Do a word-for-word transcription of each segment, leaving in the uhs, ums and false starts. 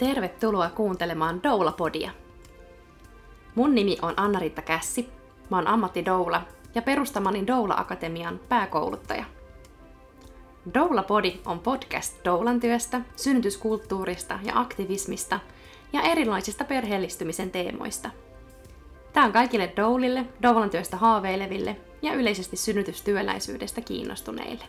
Tervetuloa kuuntelemaan Doula-podia. Mun nimi on Anna-Riitta Kässi, mä oon ammattidoula ja perustamani Doula-akatemian pääkouluttaja. Doula-podi on podcast doulan työstä, synnytyskulttuurista ja aktivismista ja erilaisista perheellistymisen teemoista. Tää on kaikille doulille, doulan työstä haaveileville ja yleisesti synnytystyöläisyydestä kiinnostuneille.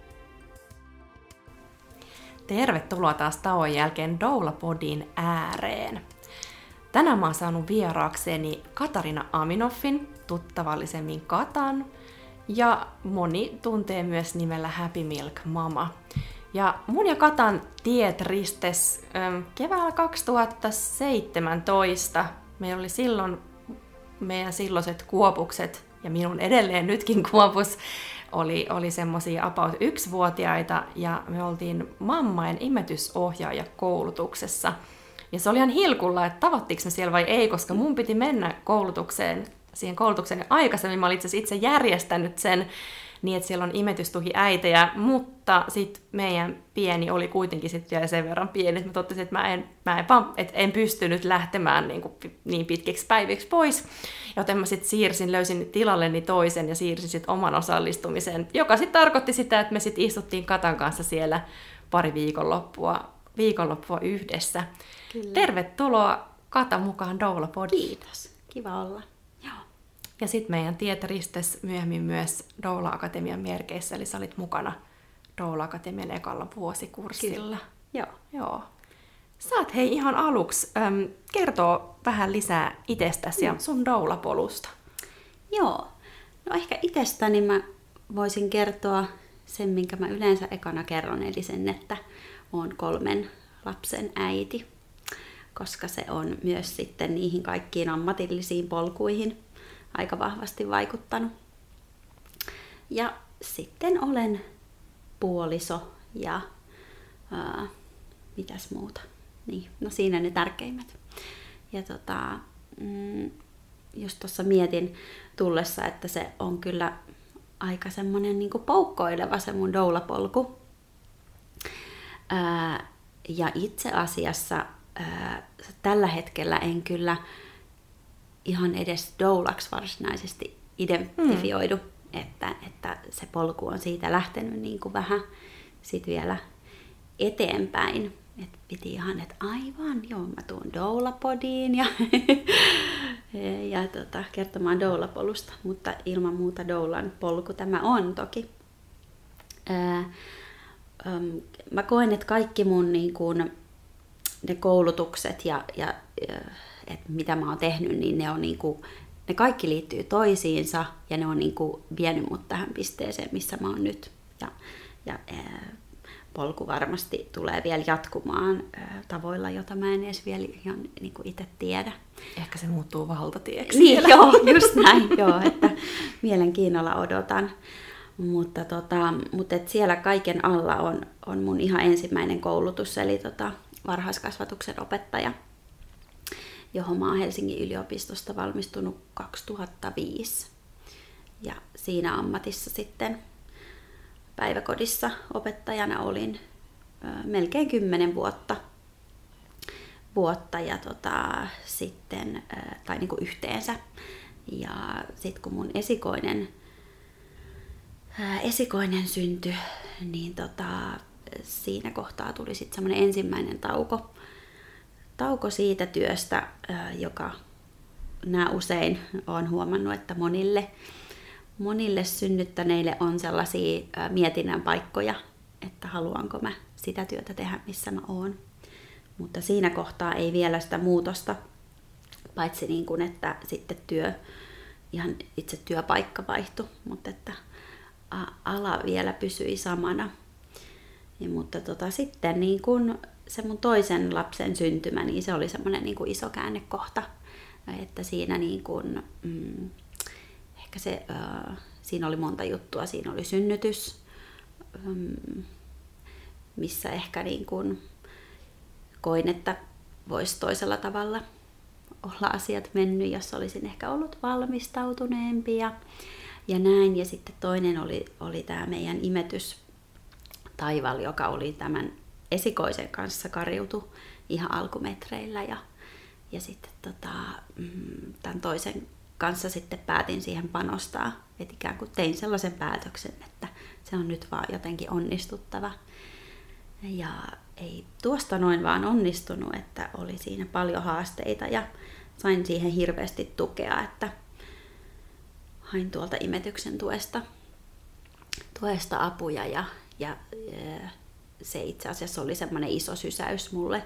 Tervetuloa taas tauon jälkeen Doula-podin ääreen. Tänään mä oon saanut vieraakseni Katarina Aminoffin, tuttavallisemmin Katan, ja moni tuntee myös nimellä Happy Milk Mama. Ja mun ja Katan tiet ristes ähm, keväällä kaksituhattaseitsemäntoista. Meillä oli silloin meidän silloiset kuopukset, ja minun edelleen nytkin kuopus, oli, oli semmosia about yksivuotiaita, ja me oltiin mammaen imetysohjaajakoulutuksessa. Ja se oli ihan hilkulla, että tavattiinko me siellä vai ei, koska mun piti mennä koulutukseen, siihen koulutukseen aikaisemmin. Mä olin itse asiassa itse järjestänyt sen niin, että siellä on imetystuhiäitejä, mutta sitten meidän pieni oli kuitenkin sit vielä sen verran pieni, että mä totesin, että mä en, mä en, että en pystynyt lähtemään niin, kuin, niin pitkiksi päiviksi pois. Joten mä sitten siirsin, löysin tilalleni toisen ja siirsin sitten oman osallistumisen, joka sitten tarkoitti sitä, että me sitten istuttiin Katan kanssa siellä pari viikonloppua, viikonloppua yhdessä. Kyllä. Tervetuloa Kata mukaan Doula-podiin. Kiitos, kiva olla. Joo. Ja sitten meidän tiet ristes myöhemmin myös Doula-akatemian merkeissä, eli sä olit mukana Doula-akatemian ekalla vuosikurssilla. Kyllä. Joo. Joo. Saat hei ihan aluksi äm, kertoa vähän lisää itsestäsi ja sun doula-polusta. Joo. No ehkä itsestäni mä voisin kertoa sen, minkä mä yleensä ekana kerron, eli sen, että oon kolmen lapsen äiti, koska se on myös sitten niihin kaikkiin ammatillisiin polkuihin aika vahvasti vaikuttanut. Ja sitten olen puoliso ja ää, mitäs muuta. Niin, no siinä ne tärkeimmät. Ja tota, mm, just tuossa mietin tullessa, että se on kyllä aika semmoinen niinku poukkoileva se mun doula-polku. Ää, ja itse asiassa ää, tällä hetkellä en kyllä ihan edes doulaksi varsinaisesti identifioidu, hmm. että, että se polku on siitä lähtenyt niin kuin vähän sit vielä eteenpäin. Et piti ihan, että aivan, joo, mä tuun doula-podiin ja, ja tota, kertomaan doula-polusta, mutta ilman muuta doulan polku tämä on toki. Ää, äm, mä koen, että kaikki mun niin kuin, ne koulutukset ja, ja et mitä mä oon tehnyt, niin ne, on niinku, ne kaikki liittyy toisiinsa ja ne on niinku vienyt mut tähän pisteeseen, missä mä oon nyt. Ja, ja ää, polku varmasti tulee vielä jatkumaan ää, tavoilla, jota mä en edes vielä ihan niinku itse tiedä. Ehkä se muuttuu valtatieksi. Niin, joo, just näin, joo, että mielenkiinnolla odotan. Mutta, tota, mutta et siellä kaiken alla on, on mun ihan ensimmäinen koulutus, eli tota, varhaiskasvatuksen opettaja, johon mä oon Helsingin yliopistosta valmistunut kaksituhattaviisi. Ja siinä ammatissa sitten päiväkodissa opettajana olin ö, melkein kymmenen vuotta. vuotta ja tota, sitten, ö, tai niinku yhteensä. Ja sitten kun mun esikoinen, ö, esikoinen syntyi, niin tota, siinä kohtaa tuli sitten semmoinen ensimmäinen tauko. Tauko siitä työstä, joka nämä usein olen huomannut, että monille, monille synnyttäneille on sellaisia mietinnän paikkoja, että haluanko mä sitä työtä tehdä, missä mä oon. Mutta siinä kohtaa ei vielä sitä muutosta, paitsi niin kuin, että sitten työ, ihan itse työpaikka vaihtui, mutta että ala vielä pysyi samana. Ja, mutta tota, sitten niin kun se mun toisen lapsen syntymä, niin se oli semmoinen niin kuin iso käännekohta, että siinä niin kuin, mm, ehkä se, äh, siinä oli monta juttua, siinä oli synnytys, mm, missä ehkä niin kuin koin, että voisi toisella tavalla olla asiat mennyt, jos olisin ehkä ollut valmistautuneempi ja, ja näin. Ja sitten toinen oli, oli tämä meidän imetys Taival, joka oli tämän esikoisen kanssa kariutu ihan alkumetreillä ja, ja sitten tota, tämän toisen kanssa sitten päätin siihen panostaa, että ikään kuin tein sellaisen päätöksen, että se on nyt vaan jotenkin onnistuttava. Ja ei tuosta noin vaan onnistunut, että oli siinä paljon haasteita ja sain siihen hirveästi tukea, että hain tuolta imetyksen tuesta, tuesta apuja ja, ja se itse asiassa oli semmoinen iso sysäys mulle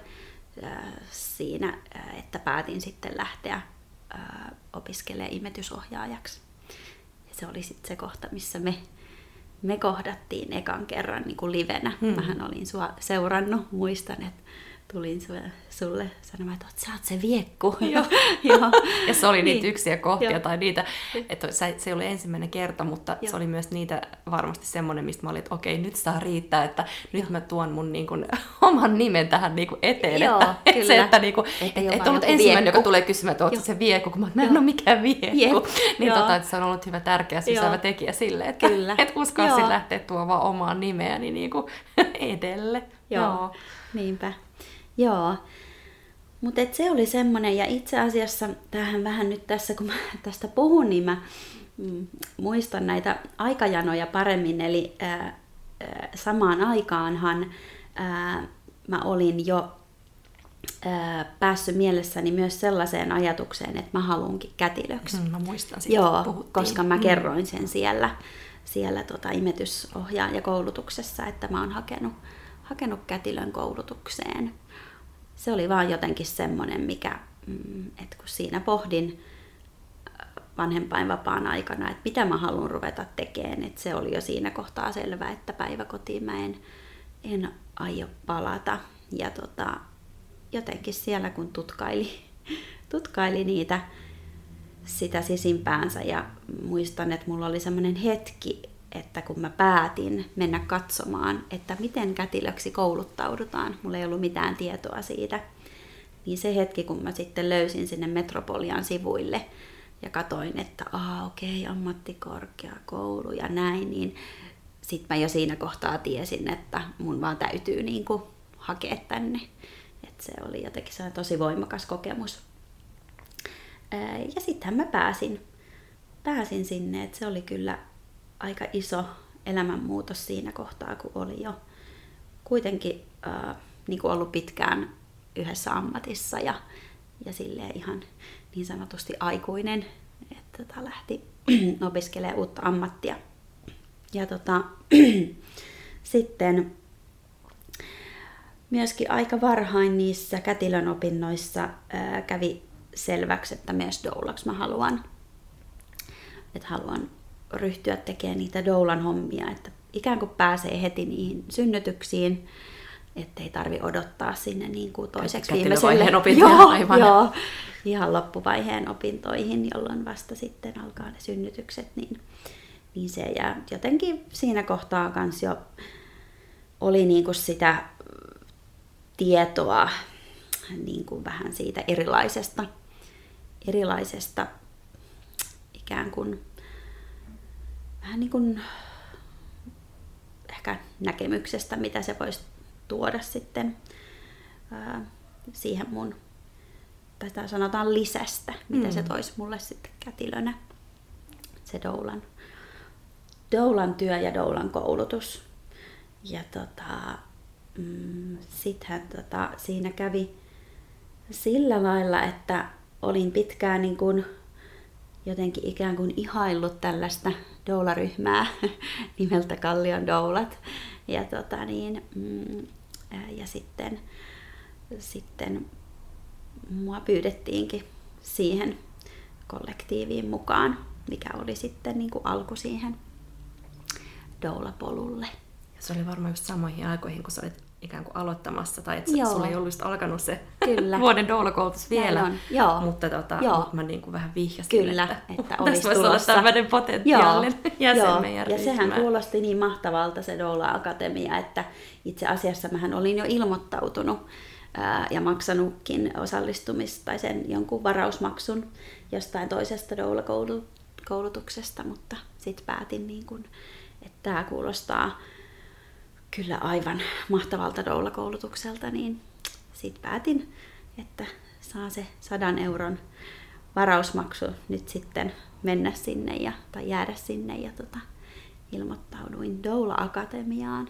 siinä, että päätin sitten lähteä opiskelemaan imetysohjaajaksi. Ja se oli sitten se kohta, missä me, me kohdattiin ekan kerran niin kuin livenä. Hmm. Mähän olin sua seurannut, muistan, että tulin sulle sanomaan, että sä oot se viekku. Joo. Joo. Ja se oli niitä niin. yksiä kohtia Joo. tai niitä, että se oli ensimmäinen kerta, mutta Joo. se oli myös niitä varmasti semmoinen, mistä mä olin, että okei, nyt saa riittää, että nyt Joo. mä tuon mun niin kuin, oman nimen tähän niin kuin eteen. Joo, että, kyllä. Se, että, niin kuin, et, et, et ollut ensimmäinen, viekku. Joka tulee kysymään, että oot se viekku, kun mä, mä en ole mikään viekku. Niin tota, että se on ollut hyvä tärkeä sysäävä tekijä sille, että et uskalsin lähteä tuomaan omaa nimeäni niin kuin edelle. Joo, Joo. niinpä. Joo, mutta se oli semmoinen, ja itse asiassa tähän vähän nyt tässä, kun mä tästä puhun, niin mä mm, muistan näitä aikajanoja paremmin, eli ää, ää, samaan aikaanhan ää, mä olin jo ää, päässyt mielessäni myös sellaiseen ajatukseen, että mä haluankin kätilöksi. Mm, mä muistan siitä, Joo, puhuttiin. Koska mä kerroin sen siellä, siellä tota imetysohjaajakoulutuksessa, että mä oon hakenut, hakenut kätilön koulutukseen. Se oli vaan jotenkin semmoinen, mikä, että kun siinä pohdin vanhempainvapaan aikana, että mitä mä haluan ruveta tekemään, että se oli jo siinä kohtaa selvää, että päiväkotiin mä en, en aio palata. Ja tota, jotenkin siellä kun tutkaili, tutkaili niitä sitä sisimpäänsä ja muistan, että mulla oli semmoinen hetki, että kun mä päätin mennä katsomaan, että miten kätilöksi kouluttaudutaan, mulla ei ollut mitään tietoa siitä, niin se hetki, kun mä sitten löysin sinne Metropolian sivuille ja katoin, että aa okei, okay, ammattikorkeakoulu ja näin, niin sit mä jo siinä kohtaa tiesin, että mun vaan täytyy niinku hakea tänne. Et se oli jotenkin se tosi voimakas kokemus. Ja sittenhän mä pääsin, pääsin sinne, että se oli kyllä aika iso elämänmuutos siinä kohtaa, kun oli jo kuitenkin äh, niin kuin ollut pitkään yhdessä ammatissa ja, ja silleen ihan niin sanotusti aikuinen, että tota, lähti opiskelemaan uutta ammattia. Ja tota, sitten myöskin aika varhain niissä kätilön opinnoissa äh, kävi selväksi, että myös doulaksi mä haluan, että haluan ryhtyä tekemään niitä doulan hommia, että ikään kuin pääsee heti niihin synnytyksiin, ettei tarvi odottaa sinne niin kuin toiseksi viimeiselle. Opintoja, aivan. Joo, ihan loppuvaiheen opintoihin, jolloin vasta sitten alkaa ne synnytykset, niin, niin se ja jotenkin siinä kohtaa kans jo oli niin kuin sitä tietoa niin kuin vähän siitä erilaisesta, erilaisesta ikään kuin vähän niin kuin ehkä näkemyksestä, mitä se voisi tuoda sitten ää, siihen mun, tai sanotaan lisästä, mitä mm. se toisi mulle sitten kätilönä. Se doulan, doulan työ ja doulan koulutus. Ja tota, mm, sittenhän tota, siinä kävi sillä lailla, että olin pitkään niin kuin jotenkin ikään kuin ihaillut tällaista doularyhmää nimeltä Kallion doulat. Ja, tota niin, mm, ja sitten, sitten mua pyydettiinkin siihen kollektiiviin mukaan, mikä oli sitten niin kuin alku siihen doulapolulle. Se oli varmaan just samoihin aikoihin, kun sä olit ikään kuin aloittamassa, tai että sulla ei ollut just alkanut se Kyllä. vuoden doulakoulutus vielä, Joo. mutta tota, Joo. mä niin kuin vähän vihjasin, Kyllä, että, että olisi tässä voisi olla tämmöinen potentiaalinen jäsen Joo. meidän Ja ryhmään. sehän kuulosti niin mahtavalta se doula-akatemia, että itse asiassa mähän olin jo ilmoittautunut ää, ja maksanutkin osallistumista tai sen jonkun varausmaksun jostain toisesta doula-koulutuksesta, mutta sitten päätin, niin kun, että tämä kuulostaa kyllä aivan mahtavalta doula-koulutukselta, niin sitten päätin, että saa se sadan euron varausmaksu nyt sitten mennä sinne ja, tai jäädä sinne ja tota, ilmoittauduin Doula Akatemiaan.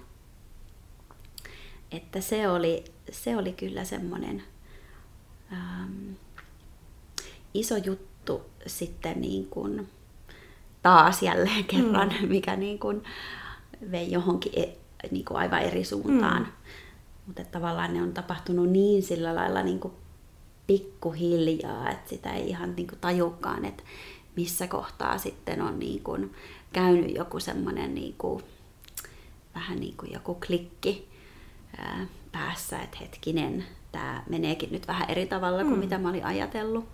Että se oli, se oli kyllä semmoinen ähm, iso juttu sitten niin kuin taas jälleen kerran, mm. mikä niin kuin vei johonkin e, niin kuin aivan eri suuntaan. Mm. Mutta tavallaan ne on tapahtunut niin sillä lailla niin kuin pikkuhiljaa, että sitä ei ihan niin kuin tajukaan, että missä kohtaa sitten on niin kuin käynyt joku semmoinen niin kuin, vähän niin kuin joku klikki ää, päässä, että hetkinen, tämä meneekin nyt vähän eri tavalla kuin mm. mitä mä olin ajatellut.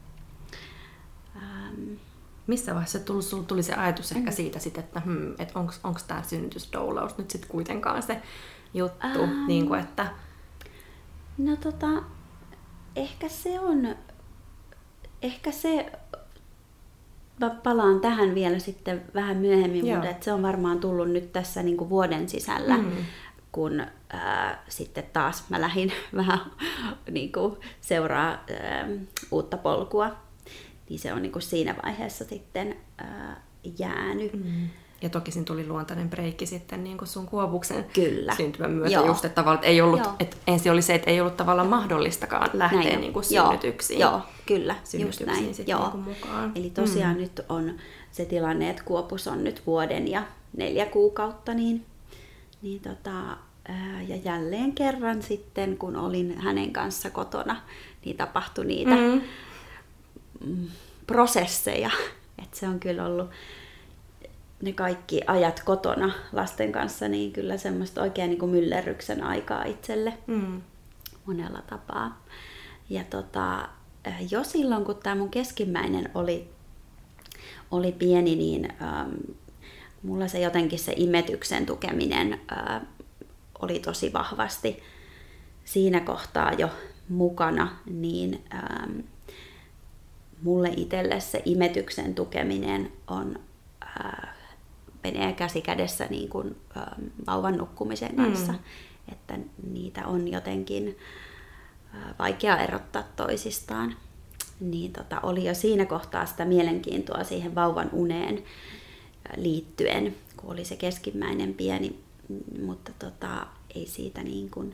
Ähm, Missä vaiheessa tuli, tuli se ajatus ehkä siitä, sit, että hmm, et onko tämä synnytysdoulaus nyt sitten kuitenkaan se juttu? Ähm, niin kuin, että... No tota, ehkä se on, ehkä se, mä palaan tähän vielä sitten vähän myöhemmin, Joo. mutta että se on varmaan tullut nyt tässä niin kuin vuoden sisällä, mm. kun ää, sitten taas mä lähdin vähän niin kuin seuraa ää, uutta polkua. Niin se on niin kuin siinä vaiheessa sitten ää, jäänyt. Mm. Ja toki siinä tuli luontainen breikki sitten niin kuin sun Kuopuksen Kyllä. syntymän myötä. Joo. Just, että tavallaan, ei ollut, että ensin oli se, että ei ollut tavallaan mahdollistakaan lähteä näin, niin kuin synnytyksiin. Joo, joo kyllä, synnytyksiin just näin. Sitten Joo. Niin kuin mukaan. Eli tosiaan mm. nyt on se tilanne, että Kuopus on nyt vuoden ja neljä kuukautta. Niin, niin tota, ää, ja jälleen kerran sitten, kun olin hänen kanssa kotona, niin tapahtui niitä... Mm. prosesseja. Et se on kyllä ollut ne kaikki ajat kotona lasten kanssa, niin kyllä semmoista oikein niin kuin myllerryksen aikaa itselle mm. monella tapaa. Ja tota, jo silloin, kun tämä mun keskimmäinen oli, oli pieni, niin ähm, mulla se jotenkin se imetyksen tukeminen äh, oli tosi vahvasti siinä kohtaa jo mukana, niin ähm, mulle itselle se imetyksen tukeminen on, ää, menee käsi kädessä niin kuin, ää, vauvan nukkumisen kanssa. Mm. Että niitä on jotenkin ää, vaikea erottaa toisistaan. Niin tota, oli jo siinä kohtaa sitä mielenkiintoa siihen vauvan uneen ää, liittyen, kun oli se keskimmäinen pieni, mutta tota, ei siitä niin kuin...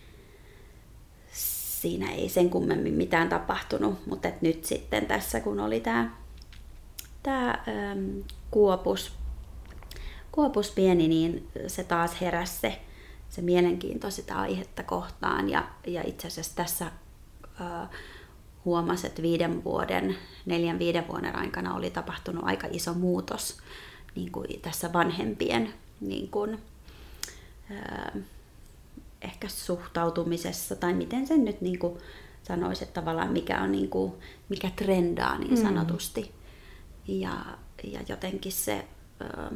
Siinä ei sen kummemmin mitään tapahtunut, mutta et nyt sitten tässä, kun oli tämä tää, ähm, kuopus, kuopus pieni, niin se taas heräsi se, se mielenkiinto sitä aihetta kohtaan. Ja, ja itse asiassa tässä äh, huomasi, että viiden vuoden, neljän viiden vuoden aikana oli tapahtunut aika iso muutos niin kuin tässä vanhempien niin kuin, äh, ehkä suhtautumisessa, tai miten sen nyt niin kuin sanoisi, että tavallaan mikä on niin kuin, mikä trendaa niin sanotusti. Mm. Ja, ja jotenkin se ö,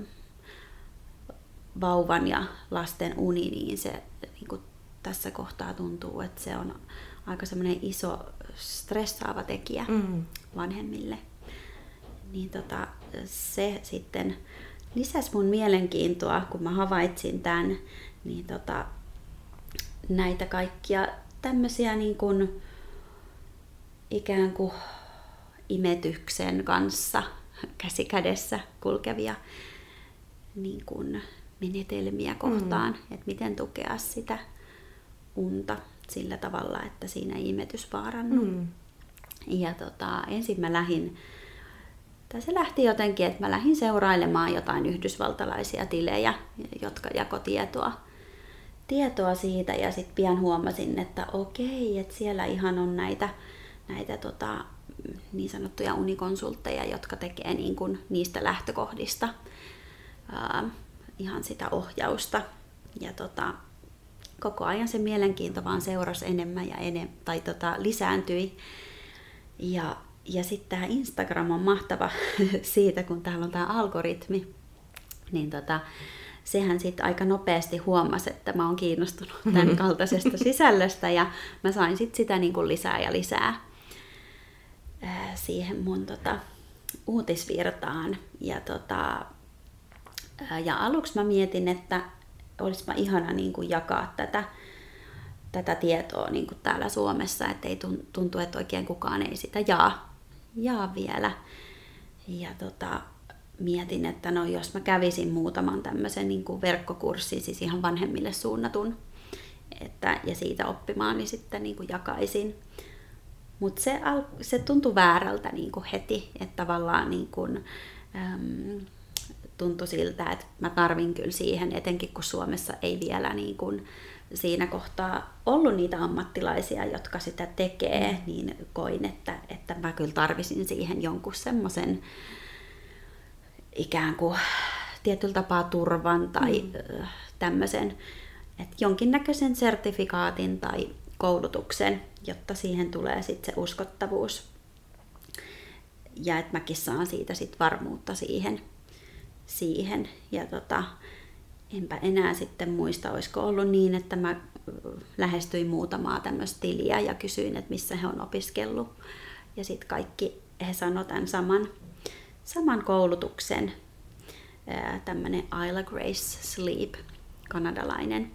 vauvan ja lasten uni, niin se niin kuin tässä kohtaa tuntuu, että se on aika semmoinen iso stressaava tekijä mm. vanhemmille. Niin tota, se sitten lisäsi mun mielenkiintoa, kun mä havaitsin tämän, niin tota, näitä kaikkia tämmöisiä niin kuin ikään kuin imetyksen kanssa käsi kädessä kulkevia niin kuin menetelmiä kohtaan, mm. että miten tukea sitä unta sillä tavalla, että siinä ei imetys vaarannu. Mm. Ja tota, ensin mä lähdin, tai se lähti jotenkin, että mä lähdin seurailemaan jotain yhdysvaltalaisia tilejä, jotka jako tietoa tietoa siitä, ja sitten pian huomasin, että okei, että siellä ihan on näitä, näitä tota, niin sanottuja unikonsultteja, jotka tekee niin kuin niistä lähtökohdista ää, ihan sitä ohjausta. Ja tota, koko ajan se mielenkiinto vaan seurasi enemmän ja enemmän, tai tota, lisääntyi. Ja, ja sitten tämä Instagram on mahtava siitä, kun täällä on tämä algoritmi, niin tota, sehän sitten aika nopeasti huomasi, että mä oon kiinnostunut tämän kaltaisesta sisällöstä, ja mä sain sitten sitä niin kuin lisää ja lisää ää, siihen mun tota, uutisvirtaan. Ja, tota, ää, ja aluksi mä mietin, että olisipa ihana niin kuin jakaa tätä, tätä tietoa niin kuin täällä Suomessa, että ei tuntu, että oikein kukaan ei sitä jaa, jaa vielä. Ja tota, mietin, että no jos mä kävisin muutaman tämmöisen niin kuin verkkokurssin, siis ihan vanhemmille suunnatun, että, ja siitä oppimaan, niin sitten niin kuin jakaisin. Mutta se, se tuntui väärältä niin kuin heti, että tavallaan niin kuin, äm, tuntui siltä, että mä tarvin kyllä siihen, etenkin kun Suomessa ei vielä niin kuin siinä kohtaa ollut niitä ammattilaisia, jotka sitä tekee, mm. niin koin, että, että mä kyllä tarvisin siihen jonkun semmoisen ikään kuin tietyllä tapaa turvan tai mm. tämmöisen, että jonkinnäköisen sertifikaatin tai koulutuksen, jotta siihen tulee sitten se uskottavuus. Ja että mäkin saan siitä sit varmuutta siihen. siihen. Ja tota, enpä enää sitten muista, olisiko ollut niin, että mä lähestyin muutamaa tämmöistä tiliä ja kysyin, että missä he on opiskellut. Ja sitten kaikki he sanoivat tämän saman, saman koulutuksen, tämmöinen Isla Grace Sleep, kanadalainen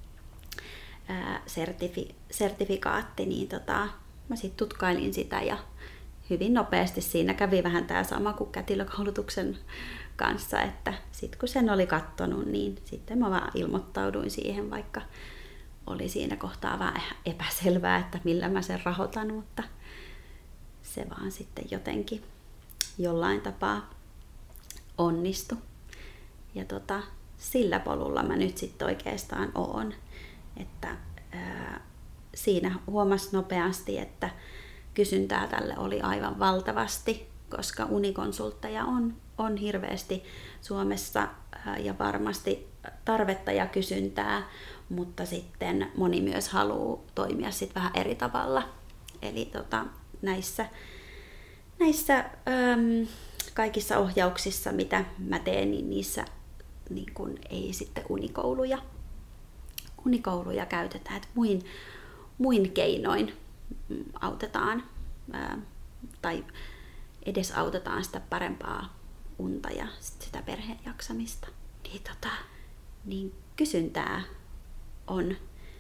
sertifi, sertifikaatti, niin tota, mä sitten tutkailin sitä ja hyvin nopeasti siinä kävi vähän tämä sama kuin kätilökoulutuksen kanssa, että sitten kun sen oli kattonut, niin sitten mä vaan ilmoittauduin siihen, vaikka oli siinä kohtaa vähän epäselvää, että millä mä sen rahoitan, mutta se vaan sitten jotenkin jollain tapaa onnistui. Ja tota, sillä polulla mä nyt sitten oikeastaan oon, että ää, siinä huomasi nopeasti, että kysyntää tälle oli aivan valtavasti, koska unikonsultteja on, on hirveästi Suomessa ja varmasti tarvetta ja kysyntää, mutta sitten moni myös haluaa toimia sit vähän eri tavalla. Eli tota, näissä, näissä äm, kaikissa ohjauksissa, mitä mä teen, niin niissä niin kun ei sitten unikouluja, unikouluja käytetään, että muin, muin keinoin autetaan ää, tai edes autetaan sitä parempaa unta ja sitä perheen jaksamista. Niin, tota, niin kysyntää on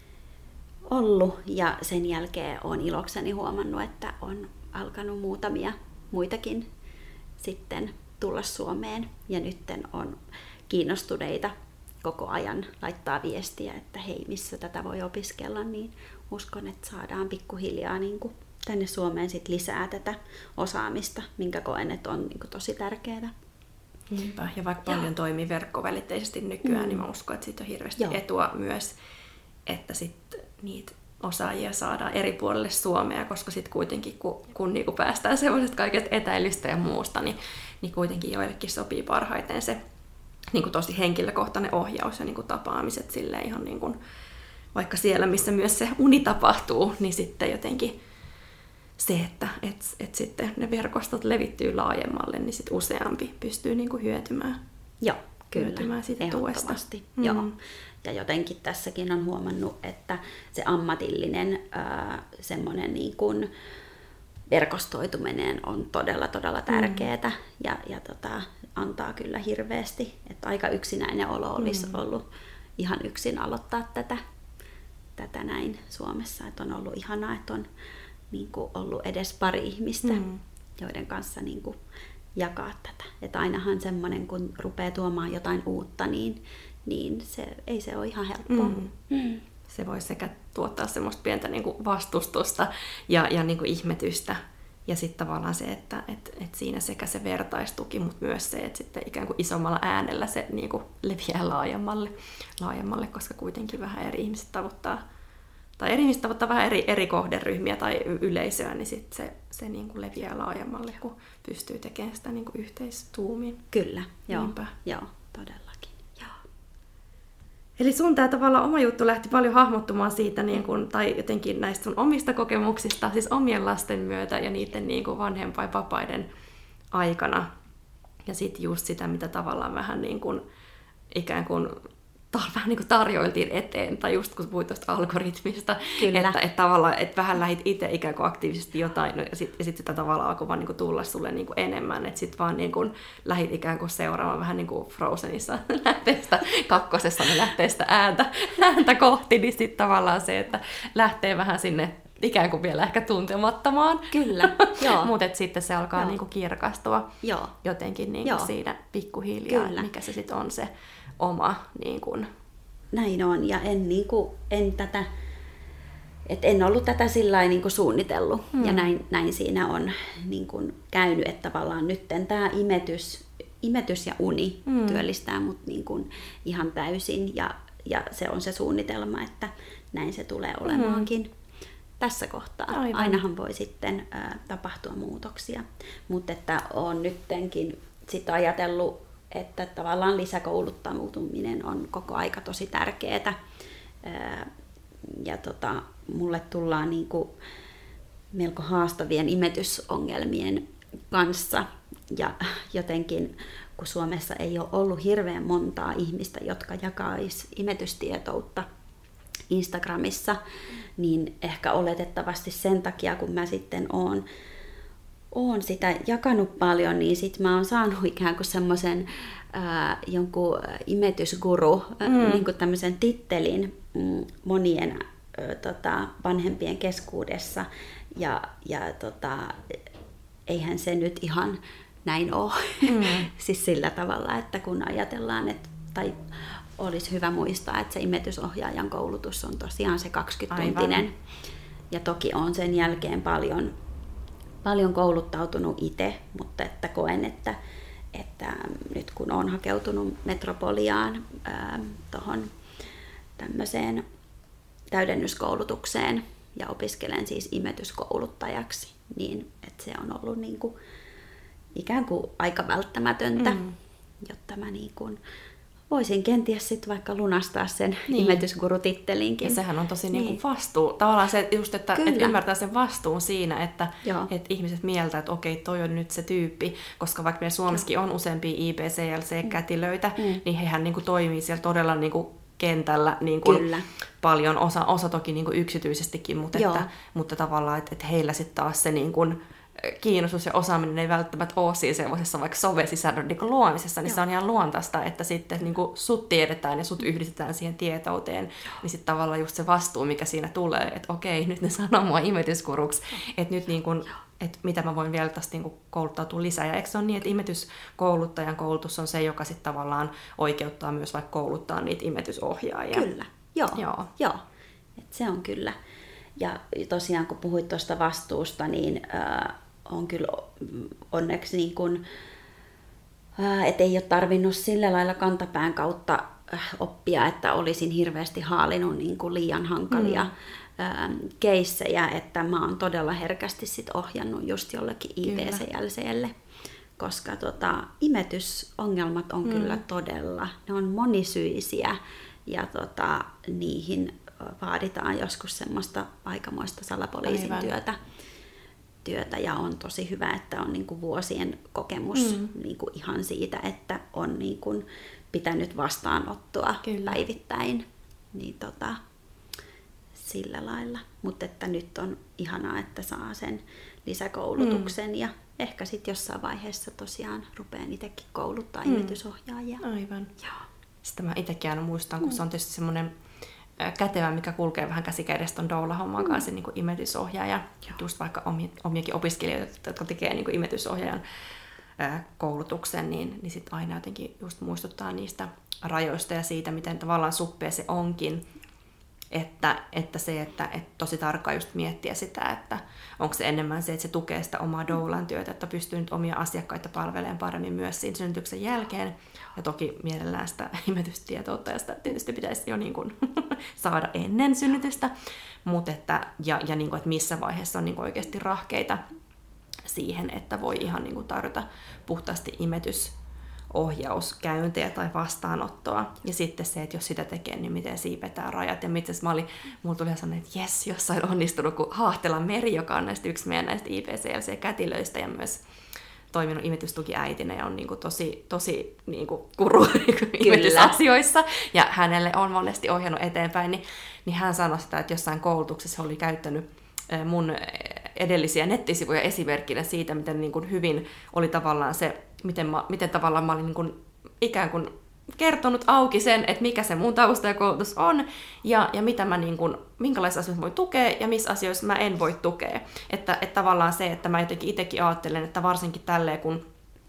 ollut ja sen jälkeen olen ilokseni huomannut, että on alkanut muutamia muitakin sitten tulla Suomeen ja nytten on kiinnostuneita koko ajan laittaa viestiä, että hei, missä tätä voi opiskella, niin uskon, että saadaan pikkuhiljaa niin kuin tänne Suomeen sit lisää tätä osaamista, minkä koen, että on niin kuin tosi tärkeää. Niinpä. Ja vaikka paljon Joo. toimii verkkovälitteisesti nykyään, mm. niin mä uskon, että siitä on hirveästi Joo. etua myös, että sitten niitä osaajia saadaan eri puolelle Suomea, koska sitten kuitenkin, kun, kun niinku päästään semmoisesta kaikesta etäilystä ja muusta, niin, niin kuitenkin joillekin sopii parhaiten se niinku tosi henkilökohtainen ohjaus ja niinku tapaamiset silleen ihan niinku, vaikka siellä, missä myös se uni tapahtuu, niin sitten jotenkin se, että et, et sitten ne verkostot levittyy laajemmalle, niin sitten useampi pystyy niinku hyötymään. Joo, kyllä, hyötymään siitä ehdottomasti. Mm. Joo. Ja jotenkin tässäkin on huomannut, että se ammatillinen ää, semmoinen niin kuin verkostoituminen on todella, todella tärkeää mm. ja, ja tota, antaa kyllä hirveästi. Että aika yksinäinen olo olisi mm. ollut ihan yksin aloittaa tätä, tätä näin Suomessa. Että on ollut ihanaa, että on niin kuin ollut edes pari ihmistä, mm. joiden kanssa niin kuin jakaa tätä. Että ainahan semmoinen, kun rupeaa tuomaan jotain uutta, niin, niin se, ei se ole ihan helppoa. Mm. Mm. Se voi sekä tuottaa semmoista pientä niin kuin vastustusta ja, ja niin kuin ihmetystä. Ja sitten tavallaan se, että et, et siinä sekä se vertaistuki, mutta myös se, että sitten ikään kuin isommalla äänellä se niin kuin leviää laajemmalle, laajemmalle, koska kuitenkin vähän eri ihmiset tavoittaa, tai eri ihmiset tavoittaa vähän eri, eri kohderyhmiä tai yleisöä, niin sitten se, se niin kuin leviää laajemmalle, kun pystyy tekemään sitä niin kuin yhteistuumin. Kyllä, joo, joo, todellakin. Eli sun tämä tavallaan oma juttu lähti paljon hahmottumaan siitä, niin kun, tai jotenkin näistä sun omista kokemuksista, siis omien lasten myötä ja niiden niin kun vanhempainvapaiden aikana. Ja sitten just sitä, mitä tavallaan vähän niin kun, ikään kuin tar- vähän niin kuin tarjoiltiin eteen, tai just kun puhuit tuosta algoritmista, Kyllä. että, että tavallaan, että vähän lähit itse ikään kuin aktiivisesti jotain, no, ja sitten sit sitä tavallaan alkoi vaan niin kuin tulla sulle niin kuin enemmän, että sitten vaan niin kuin lähit ikään kuin seuraamaan vähän niin kuin Frozenissa lähteestä, kakkosessa ne lähtee sitä ääntä, ääntä kohti, niin sitten tavallaan se, että lähtee vähän sinne ikään kuin vielä ehkä tuntemattomaan. Kyllä, joo. Mutta sitten se alkaa Joo. niinku kirkastua Joo. jotenkin niinku Joo. siinä pikkuhiljaa, Kyllä. mikä se sitten on se oma... Niinku... Näin on, ja en, niin kuin, en tätä... Et en ollut tätä sillä niin kuin suunnitellut, hmm. ja näin, näin siinä on niin kuin käynyt, että tavallaan nyt tämä imetys, imetys ja uni hmm. työllistää mut niin kuin ihan täysin, ja, ja se on se suunnitelma, että näin se tulee olemaankin. Hmm. Tässä kohtaa. Aivan. Ainahan voi sitten ä, tapahtua muutoksia, mutta että olen nyttenkin sit ajatellut, että tavallaan lisäkouluttautuminen on koko aika tosi tärkeää. Ä, ja tota, mulle tullaan niinku melko haastavien imetysongelmien kanssa, ja jotenkin kun Suomessa ei ole ollut hirveän montaa ihmistä, jotka jakaisi imetystietoutta Instagramissa, niin ehkä oletettavasti sen takia, kun mä sitten oon, oon sitä jakanut paljon, niin sit mä oon saanut ikään kuin semmoisen ää, jonkun imetysguru, mm. niin kuin tämmöisen tittelin mm, monien ä, tota, vanhempien keskuudessa, ja, ja tota, eihän se nyt ihan näin ole. Mm. Siis sillä tavalla, että kun ajatellaan, että tai olisi hyvä muistaa, että se imetysohjaajan koulutus on tosiaan se kaksikymmentä-tuntinen. Aivan. Ja toki on sen jälkeen paljon, paljon kouluttautunut itse, mutta että koen, että, että nyt kun olen hakeutunut Metropoliaan tuohon tämmöiseen täydennyskoulutukseen ja opiskelen siis imetyskouluttajaksi, niin että se on ollut niin kuin, ikään kuin aika välttämätöntä, mm. jotta mä niin kuin voisin kenties sitten vaikka lunastaa sen niin. imetysgurutittelinkin. Ja sehän on tosi niin. Niin vastuu. Tavallaan se just, että, että ymmärtää sen vastuun siinä, että, että ihmiset mieltää, että okei, toi on nyt se tyyppi. Koska vaikka meillä Suomessakin Joo. on useampia I B C L C-kätilöitä, mm. niin hehän niin kuin toimii siellä todella niin kuin kentällä niin kuin paljon. Osa, osa toki niin kuin yksityisestikin, mutta, että, mutta tavallaan, että, että heillä sitten taas se... Niin kuin kiinnostus ja osaaminen ei välttämättä ole siinä semmoisessa vaikka sovesisällön niin luomisessa, niin Joo. se on ihan luontaista, että sitten niin kuin sut tiedetään ja sut yhdistetään siihen tietouteen, Joo. niin sitten tavallaan just se vastuu, mikä siinä tulee, että okei, nyt ne sanoo mua imetyskuruksi, että nyt niin kuin, että mitä mä voin vielä tästä niin kuin kouluttautua lisää. Ja eikö se ole niin, että imetyskouluttajan koulutus on se, joka sitten tavallaan oikeuttaa myös vaikka kouluttaa niitä imetysohjaajia? Kyllä, Joo. Joo. Joo. Et se on kyllä. Ja tosiaan kun puhuit tuosta vastuusta, niin äh, on kyllä onneksi niin kuin, äh, et ei ole tarvinnut sillä lailla kantapään kautta äh, oppia, että olisin hirveästi haalinut niin kuin liian hankalia mm. äh, keissejä, että mä oon todella herkästi sit ohjannut just jollekin I B C L C:lle, koska tota, imetysongelmat on mm. kyllä todella, ne on monisyisiä ja tota, niihin vaaditaan joskus semmoista aikamoista salapoliisin työtä, työtä ja on tosi hyvä, että on niinku vuosien kokemus mm. niinku ihan siitä, että on niinku pitänyt vastaanottoa Kyllä. päivittäin. Niin tota, sillä lailla. Mutta että nyt on ihanaa, että saa sen lisäkoulutuksen mm. ja ehkä sitten jossain vaiheessa tosiaan rupean itsekin kouluttaa mm. imetysohjaajia. Aivan. Joo. Sitten mä itsekin aina muistan, kun mm. se on tietysti semmoinen kätevä, mikä kulkee vähän käsikädessä ton doula-homman mm. kanssa, niin kuin imetysohjaaja. Joo. Just vaikka omi, omiakin opiskelijoita, jotka tekee niin kuin imetysohjaajan ää, koulutuksen, niin, niin sitten aina jotenkin just muistuttaa niistä rajoista ja siitä, miten tavallaan suppea se onkin. Että, että se, että, että tosi tarkkaan just miettiä sitä, että onko se enemmän se, että se tukee sitä omaa doulan työtä, että pystyy nyt omia asiakkaita palvelemaan paremmin myös siinä synnytyksen jälkeen. Ja toki mielellään sitä imetystietoutta ja sitä tietysti pitäisi jo niin kuin saada ennen synnytystä, mutta että, ja, ja niin kuin, että missä vaiheessa on niin kuin oikeasti rahkeita siihen, että voi ihan niin kuin tarjota puhtaasti imetys ohjauskäyntejä tai vastaanottoa. Ja sitten se, että jos sitä tekee, niin miten siipetään rajat. Ja itse asiassa mulla tuli sellainen, että jes, jossain onnistunut, kun Haahtelan Meri, joka on näistä yksi meidän näistä I B C L C-kätilöistä ja myös toiminut imetystukiäitinä ja on niin kuin tosi, tosi niin kuin kuru imetysasioissa, ja hänelle on monesti ohjannut eteenpäin, niin, niin hän sanoi sitä, että jossain koulutuksessa oli käyttänyt mun edellisiä nettisivuja esimerkkinä siitä, miten niin kuin hyvin oli tavallaan se, miten, mä, miten tavallaan mä olin niin kuin ikään kuin kertonut auki sen, että mikä se mun tausta ja koulutus on, ja, ja mitä mä niin kuin, minkälaisissa asioissa voi tukea, ja missä asioissa mä en voi tukea. Että, että tavallaan se, että mä jotenkin itsekin ajattelen, että varsinkin tälleen, kun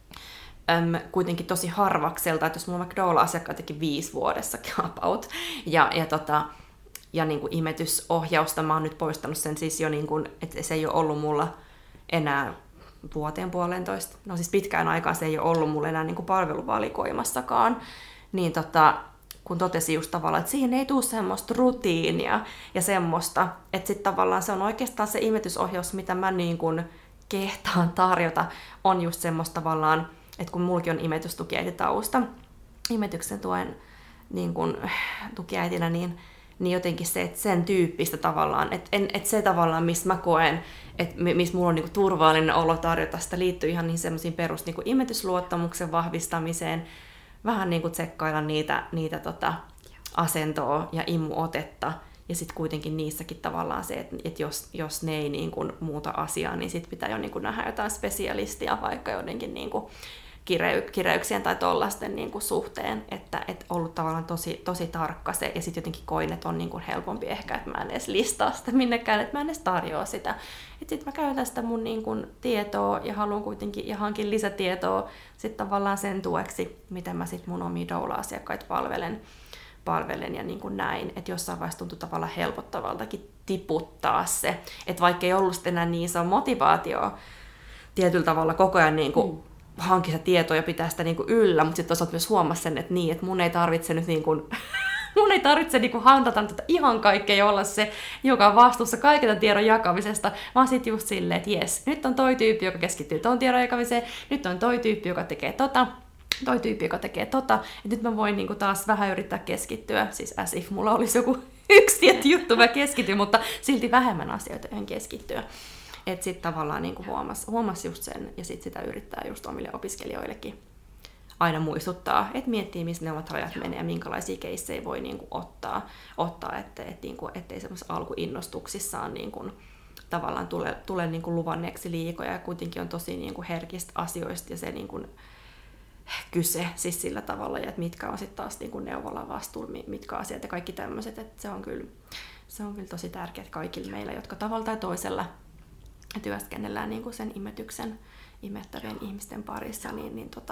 äm, kuitenkin tosi harvakselta, että jos mulla on vaikka doula-asiakkaitakin viisi vuodessa about, ja, ja, tota, ja niin kuin imetysohjausta mä oon nyt poistanut sen siis jo, niin kuin, että se ei ole ollut mulla enää vuoteen puolentoista, no siis pitkään aikaan se ei ole ollut mulla enää niin kuin palveluvalikoimassakaan, niin tota, kun totesin just tavallaan, että siihen ei tule semmoista rutiinia ja semmoista, että sitten tavallaan se on oikeastaan se imetysohjaus, mitä mä niin kuin kehtaan tarjota, on just semmoista tavallaan, että kun mullakin on imetystukiäititausta, imetyksen tuen niin kuin tukiäitinä, niin, niin jotenkin se, että sen tyyppistä tavallaan, että, en, että se tavallaan, missä mä koen, että missä mulla on niin kuin turvallinen olo tarjota, sitä liittyy ihan niin semmoisiin perus niin kuin imetysluottamuksen vahvistamiseen, vähän niin kuin tsekkailla niitä, niitä tota, asentoa ja imuotetta, ja sitten kuitenkin niissäkin tavallaan se, että, että jos, jos ne ei niin kuin muuta asiaa, niin sitten pitää jo niin kuin nähdä jotain spesialistia, vaikka jotenkin niin kuin kirey, kireyksien tai tollasten niin kuin suhteen, että et ollut tavallaan tosi, tosi tarkka se, ja sitten jotenkin koin, että on niin kuin helpompi ehkä, että mä en edes listaa sitä minnekään, että mä en edes tarjoa sitä. Että sitten mä käytän sitä mun niin kuin tietoa, ja haluan kuitenkin, ja hankin lisätietoa sitten tavallaan sen tueksi, miten mä sitten mun omia doula-asiakkaita palvelen, palvelen ja niin kuin näin, että jossain vaiheessa tuntui tavallaan helpottavaltakin tiputtaa se, että vaikka ei ollut enää niin iso motivaatio tietyllä tavalla koko ajan niin kuin mm. hankkia tietoa ja pitää sitä niin kuin yllä, mutta sitten toisaalta myös huomasi sen, että niin, että mun ei tarvitse nyt niin kuin, mun ei tarvitse niin kuin hantata tätä ihan kaikkea ja olla se, joka on vastuussa kaiken tiedon jakamisesta, vaan sitten just silleen, että jes, nyt on toi tyyppi, joka keskittyy ton tiedon jakamiseen, nyt on toi tyyppi, joka tekee tota, toi tyyppi, joka tekee tota, että nyt mä voin niinku taas vähän yrittää keskittyä, siis as if mulla olisi joku yksi tietty juttu, mä keskityn, mutta silti vähemmän asioita yhden keskittyä. Että sitten tavallaan niinku huomasi huomas just sen, ja sitten sitä yrittää just omille opiskelijoillekin aina muistuttaa, että miettii, missä ne omat rajat menee ja minkälaisia keissejä voi niinku ottaa, ottaa että et, niinku, ettei semmoisessa alkuinnostuksissaan niinku, tavallaan tule, tule niinku luvanneeksi liikoja, ja kuitenkin on tosi niinku herkistä asioista, ja se niinku, kyse siis sillä tavalla, ja että mitkä on sitten taas niin kuin neuvolan vastuulla, mitkä asiat ja kaikki tämmöiset, että se on kyllä, se on kyllä tosi tärkeää kaikille meillä, jotka tavalla tai toisella työskennellään niin kuin sen imetyksen imettävien ihmisten parissa, niin, niin tota,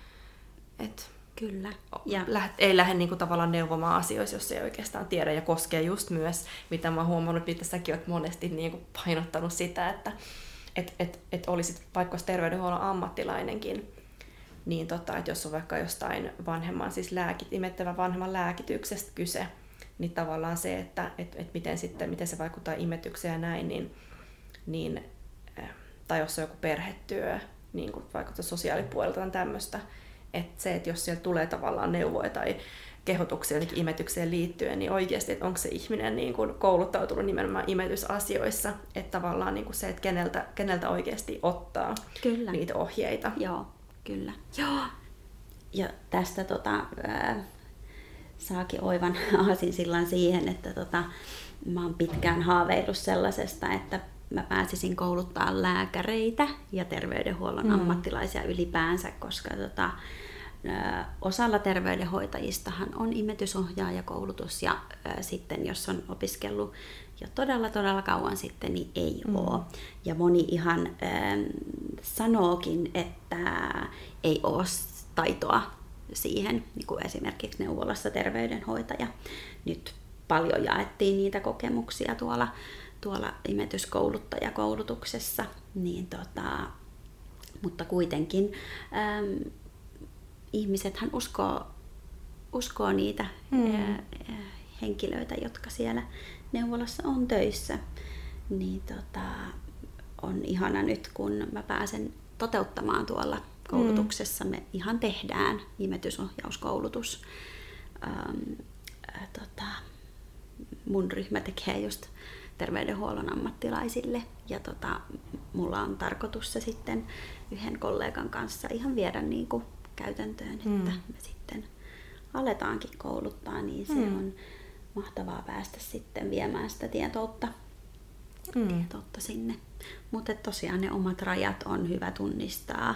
et kyllä. Ja. Läht, ei lähde niin kuin tavallaan neuvomaan asioissa, jos ei oikeastaan tiedä, ja koskee just myös, mitä mä oon huomannut, mitä säkin oot monesti niin kuin painottanut sitä, että et, et, et olisit vaikka terveydenhuollon ammattilainenkin, niin tota, että jos on vaikka jostain vanhemman, siis lääkit, imettävän vanhemman lääkityksestä kyse, niin tavallaan se, että et, et miten, sitten, miten se vaikuttaa imetykseen ja näin, niin, niin, tai jos on joku perhetyö, niin kuin vaikka sosiaalipuolelta tai tämmöistä, että se, että jos siellä tulee tavallaan neuvoja tai kehotuksia jotenkin imetykseen liittyen, niin oikeasti, että onko se ihminen niin kuin kouluttautunut nimenomaan imetysasioissa, että tavallaan niin kuin se, että keneltä, keneltä oikeasti ottaa Kyllä. niitä ohjeita. Joo. Kyllä. Joo. Ja tästä tota, ää, saakin oivan aasinsillan siihen, että tota, mä oon pitkään haaveillut sellaisesta, että mä pääsisin kouluttaa lääkäreitä ja terveydenhuollon mm. ammattilaisia ylipäänsä, koska tota, ää, osalla terveydenhoitajistahan on imetysohjaajakoulutus, ja ää, sitten jos on opiskellut jo todella todella kauan sitten, niin ei mm. ole. Ja moni ihan ähm, sanookin, että ei ole taitoa siihen, niin kuin esimerkiksi neuvolassa terveydenhoitaja. Nyt paljon jaettiin niitä kokemuksia tuolla, tuolla imetyskouluttajakoulutuksessa, niin tota, mutta kuitenkin ähm, ihmisethän uskoo, uskoo niitä mm. äh, henkilöitä, jotka siellä neuvolassa on töissä, niin tota, on ihana nyt, kun mä pääsen toteuttamaan tuolla koulutuksessa. Me ihan tehdään imetysohjauskoulutus. Ähm, äh, tota, mun ryhmä tekee just terveydenhuollon ammattilaisille. Ja tota, mulla on tarkoitus se sitten yhden kollegan kanssa ihan viedä niin kuin käytäntöön, mm. että me sitten aletaankin kouluttaa, niin se mm. on mahtavaa päästä sitten viemään sitä tietoutta, mm. tietoutta sinne. Mutta tosiaan ne omat rajat on hyvä tunnistaa.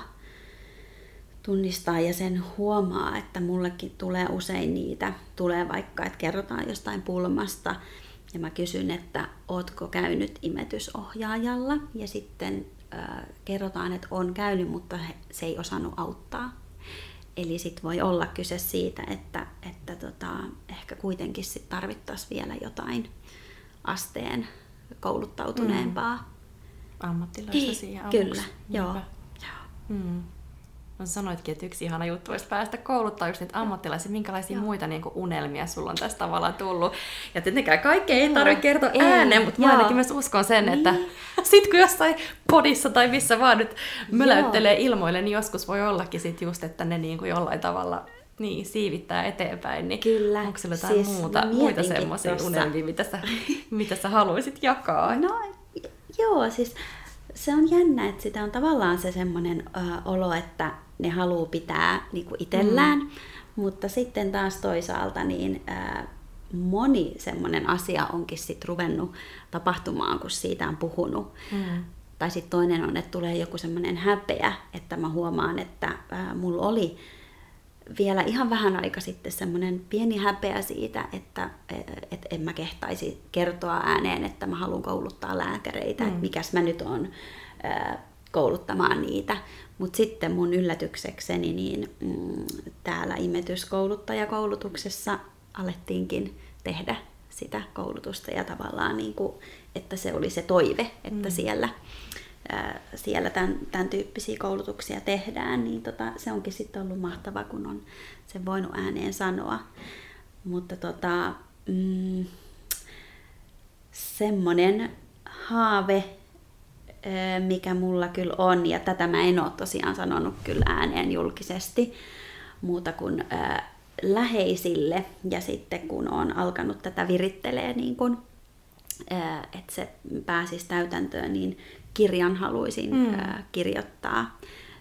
tunnistaa ja sen huomaa, että mullekin tulee usein niitä, tulee vaikka, että kerrotaan jostain pulmasta ja mä kysyn, että ootko käynyt imetysohjaajalla ja sitten äh, kerrotaan, että on käynyt, mutta se ei osannut auttaa. Eli sit voi olla kyse siitä, että, että tota, ehkä kuitenkin sit tarvittaisiin vielä jotain asteen kouluttautuneempaa. Mm. Ammattilaista siihen avuksi. Kyllä, joo. joo. Mm. No sanoitkin, että yksi ihana juttu olisi päästä kouluttaa just niitä ammattilaisia, minkälaisia Joo. muita niin kuin unelmia sulla on tästä tavallaan tullut. Ja tietenkään kaikkea ei tarvitse kertoa ei. ääneen, mutta mä ainakin myös uskon sen, niin. että sit kun jossain podissa tai missä vaan nyt möläyttelee Joo. ilmoille, niin joskus voi ollakin sit just, että ne niin kuin jollain tavalla niin, siivittää eteenpäin. Niin Kyllä. Onko sulla jotain siis muuta, muita semmoisia unelmia, mitä sä, mitä sä haluaisit jakaa? No joo, siis se on jännä, että sitä on tavallaan se semmoinen ö, olo, että ne haluaa pitää niin kuin itsellään, mm. mutta sitten taas toisaalta niin ö, moni semmoinen asia onkin sit ruvennut tapahtumaan, kun siitä on puhunut. Mm. Tai sitten toinen on, että tulee joku semmoinen häpeä, että mä huomaan, että ö, mulla oli vielä ihan vähän aika sitten semmoinen pieni häpeä siitä, että et en mä kehtaisi kertoa ääneen, että mä haluan kouluttaa lääkäreitä, mm. että mikäs mä nyt oon ää, kouluttamaan niitä. Mutta sitten mun yllätyksekseni niin mm, täällä imetyskouluttajakoulutuksessa alettiinkin tehdä sitä koulutusta ja tavallaan niin kuin, että se oli se toive, että mm. siellä siellä tämän, tämän tyyppisiä koulutuksia tehdään, niin tota, se onkin sitten ollut mahtava, kun on sen voinut ääneen sanoa. Mutta tota, mm, semmoinen haave, mikä mulla kyllä on, ja tätä mä en ole tosiaan sanonut kyllä ääneen julkisesti, muuta kuin ää, läheisille, ja sitten kun on alkanut tätä virittelee, niin kun, ää, että se pääsisi täytäntöön, niin kirjan haluaisin mm. ää, kirjoittaa.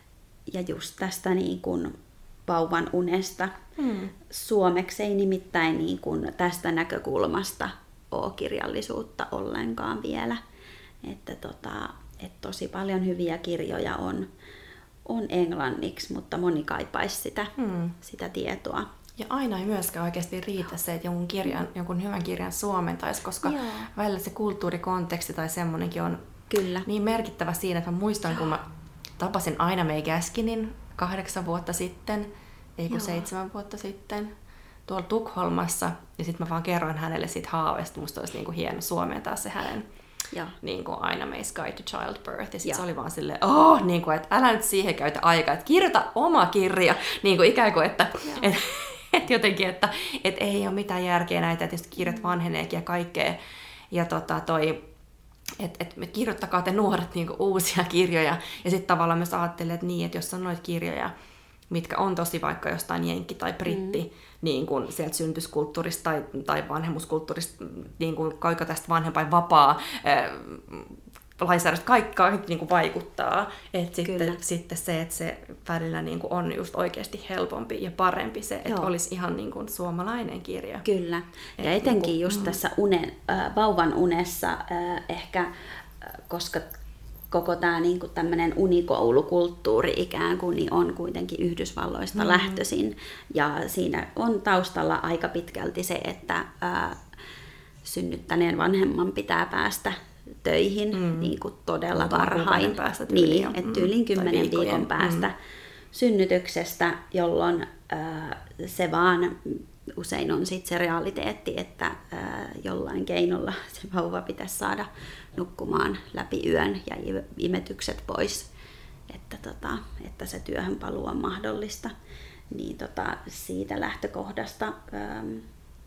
Ja just tästä niin kuin vauvan unesta. Mm. Suomeksi ei nimittäin niin kuin tästä näkökulmasta ole kirjallisuutta ollenkaan vielä. Että tota, et tosi paljon hyviä kirjoja on, on englanniksi, mutta moni kaipaisi sitä, mm. sitä tietoa. Ja aina ei myöskään oikeasti riitä se, että jonkun, kirjan, jonkun hyvän kirjan suomentaisi, koska Joo. välillä se kulttuurikonteksti tai semmoinenkin on Kyllä. niin merkittävä siinä, että mä muistan, Joo. kun mä tapasin Aina May Gaskinin kahdeksan vuotta sitten, eikö seitsemän vuotta sitten, tuolla Tukholmassa, ja sitten mä vaan kerroin hänelle siitä haaveesta, musta olisi niinku hieno suomentaa se hänen niinku Aina May's Guide to Childbirth, ja sitten se oli vaan silleen, oh, niinku, että älä nyt siihen käytä aikaa, että kirjoita oma kirja, niinku ikään kuin, että et, et jotenkin, että et ei ole mitään järkeä näitä, että kirjat vanheneekin ja kaikkea, ja tota toi, että et, kirjoittakaa te nuoret niinku uusia kirjoja, ja sitten tavallaan myös ajattelee, että niin, että jos on noita kirjoja, mitkä on tosi vaikka jostain jenkki tai britti, mm. niin kuin sieltä syntyskulttuurista tai, tai vanhemmuskulttuurista, niin kuin kaikka tästä vanhempain vapaa äh, lainsäädäntö, kaikki, kaikki niin kuin vaikuttaa. Et sitten, sitten se, että se välillä niin kuin on just oikeasti helpompi ja parempi se, että Joo. olisi ihan niin kuin suomalainen kirja. Kyllä. Ja et etenkin niin kuin, just mm. tässä unen, äh, vauvan unessa äh, ehkä, äh, koska koko tämä niinku tämmöinen unikoulukulttuuri ikään kuin niin on kuitenkin Yhdysvalloista mm-hmm. lähtöisin. Ja siinä on taustalla aika pitkälti se, että ää, synnyttäneen vanhemman pitää päästä töihin mm. niin kuin todella varhain. Niin, että tyylin kymmenen viikon päästä mm. synnytyksestä, jolloin ää, se vaan usein on sit se realiteetti, että ää, jollain keinolla se vauva pitäisi saada nukkumaan läpi yön ja imetykset pois, että, tota, että se työhön paluu on mahdollista. Niin tota, siitä lähtökohdasta äm,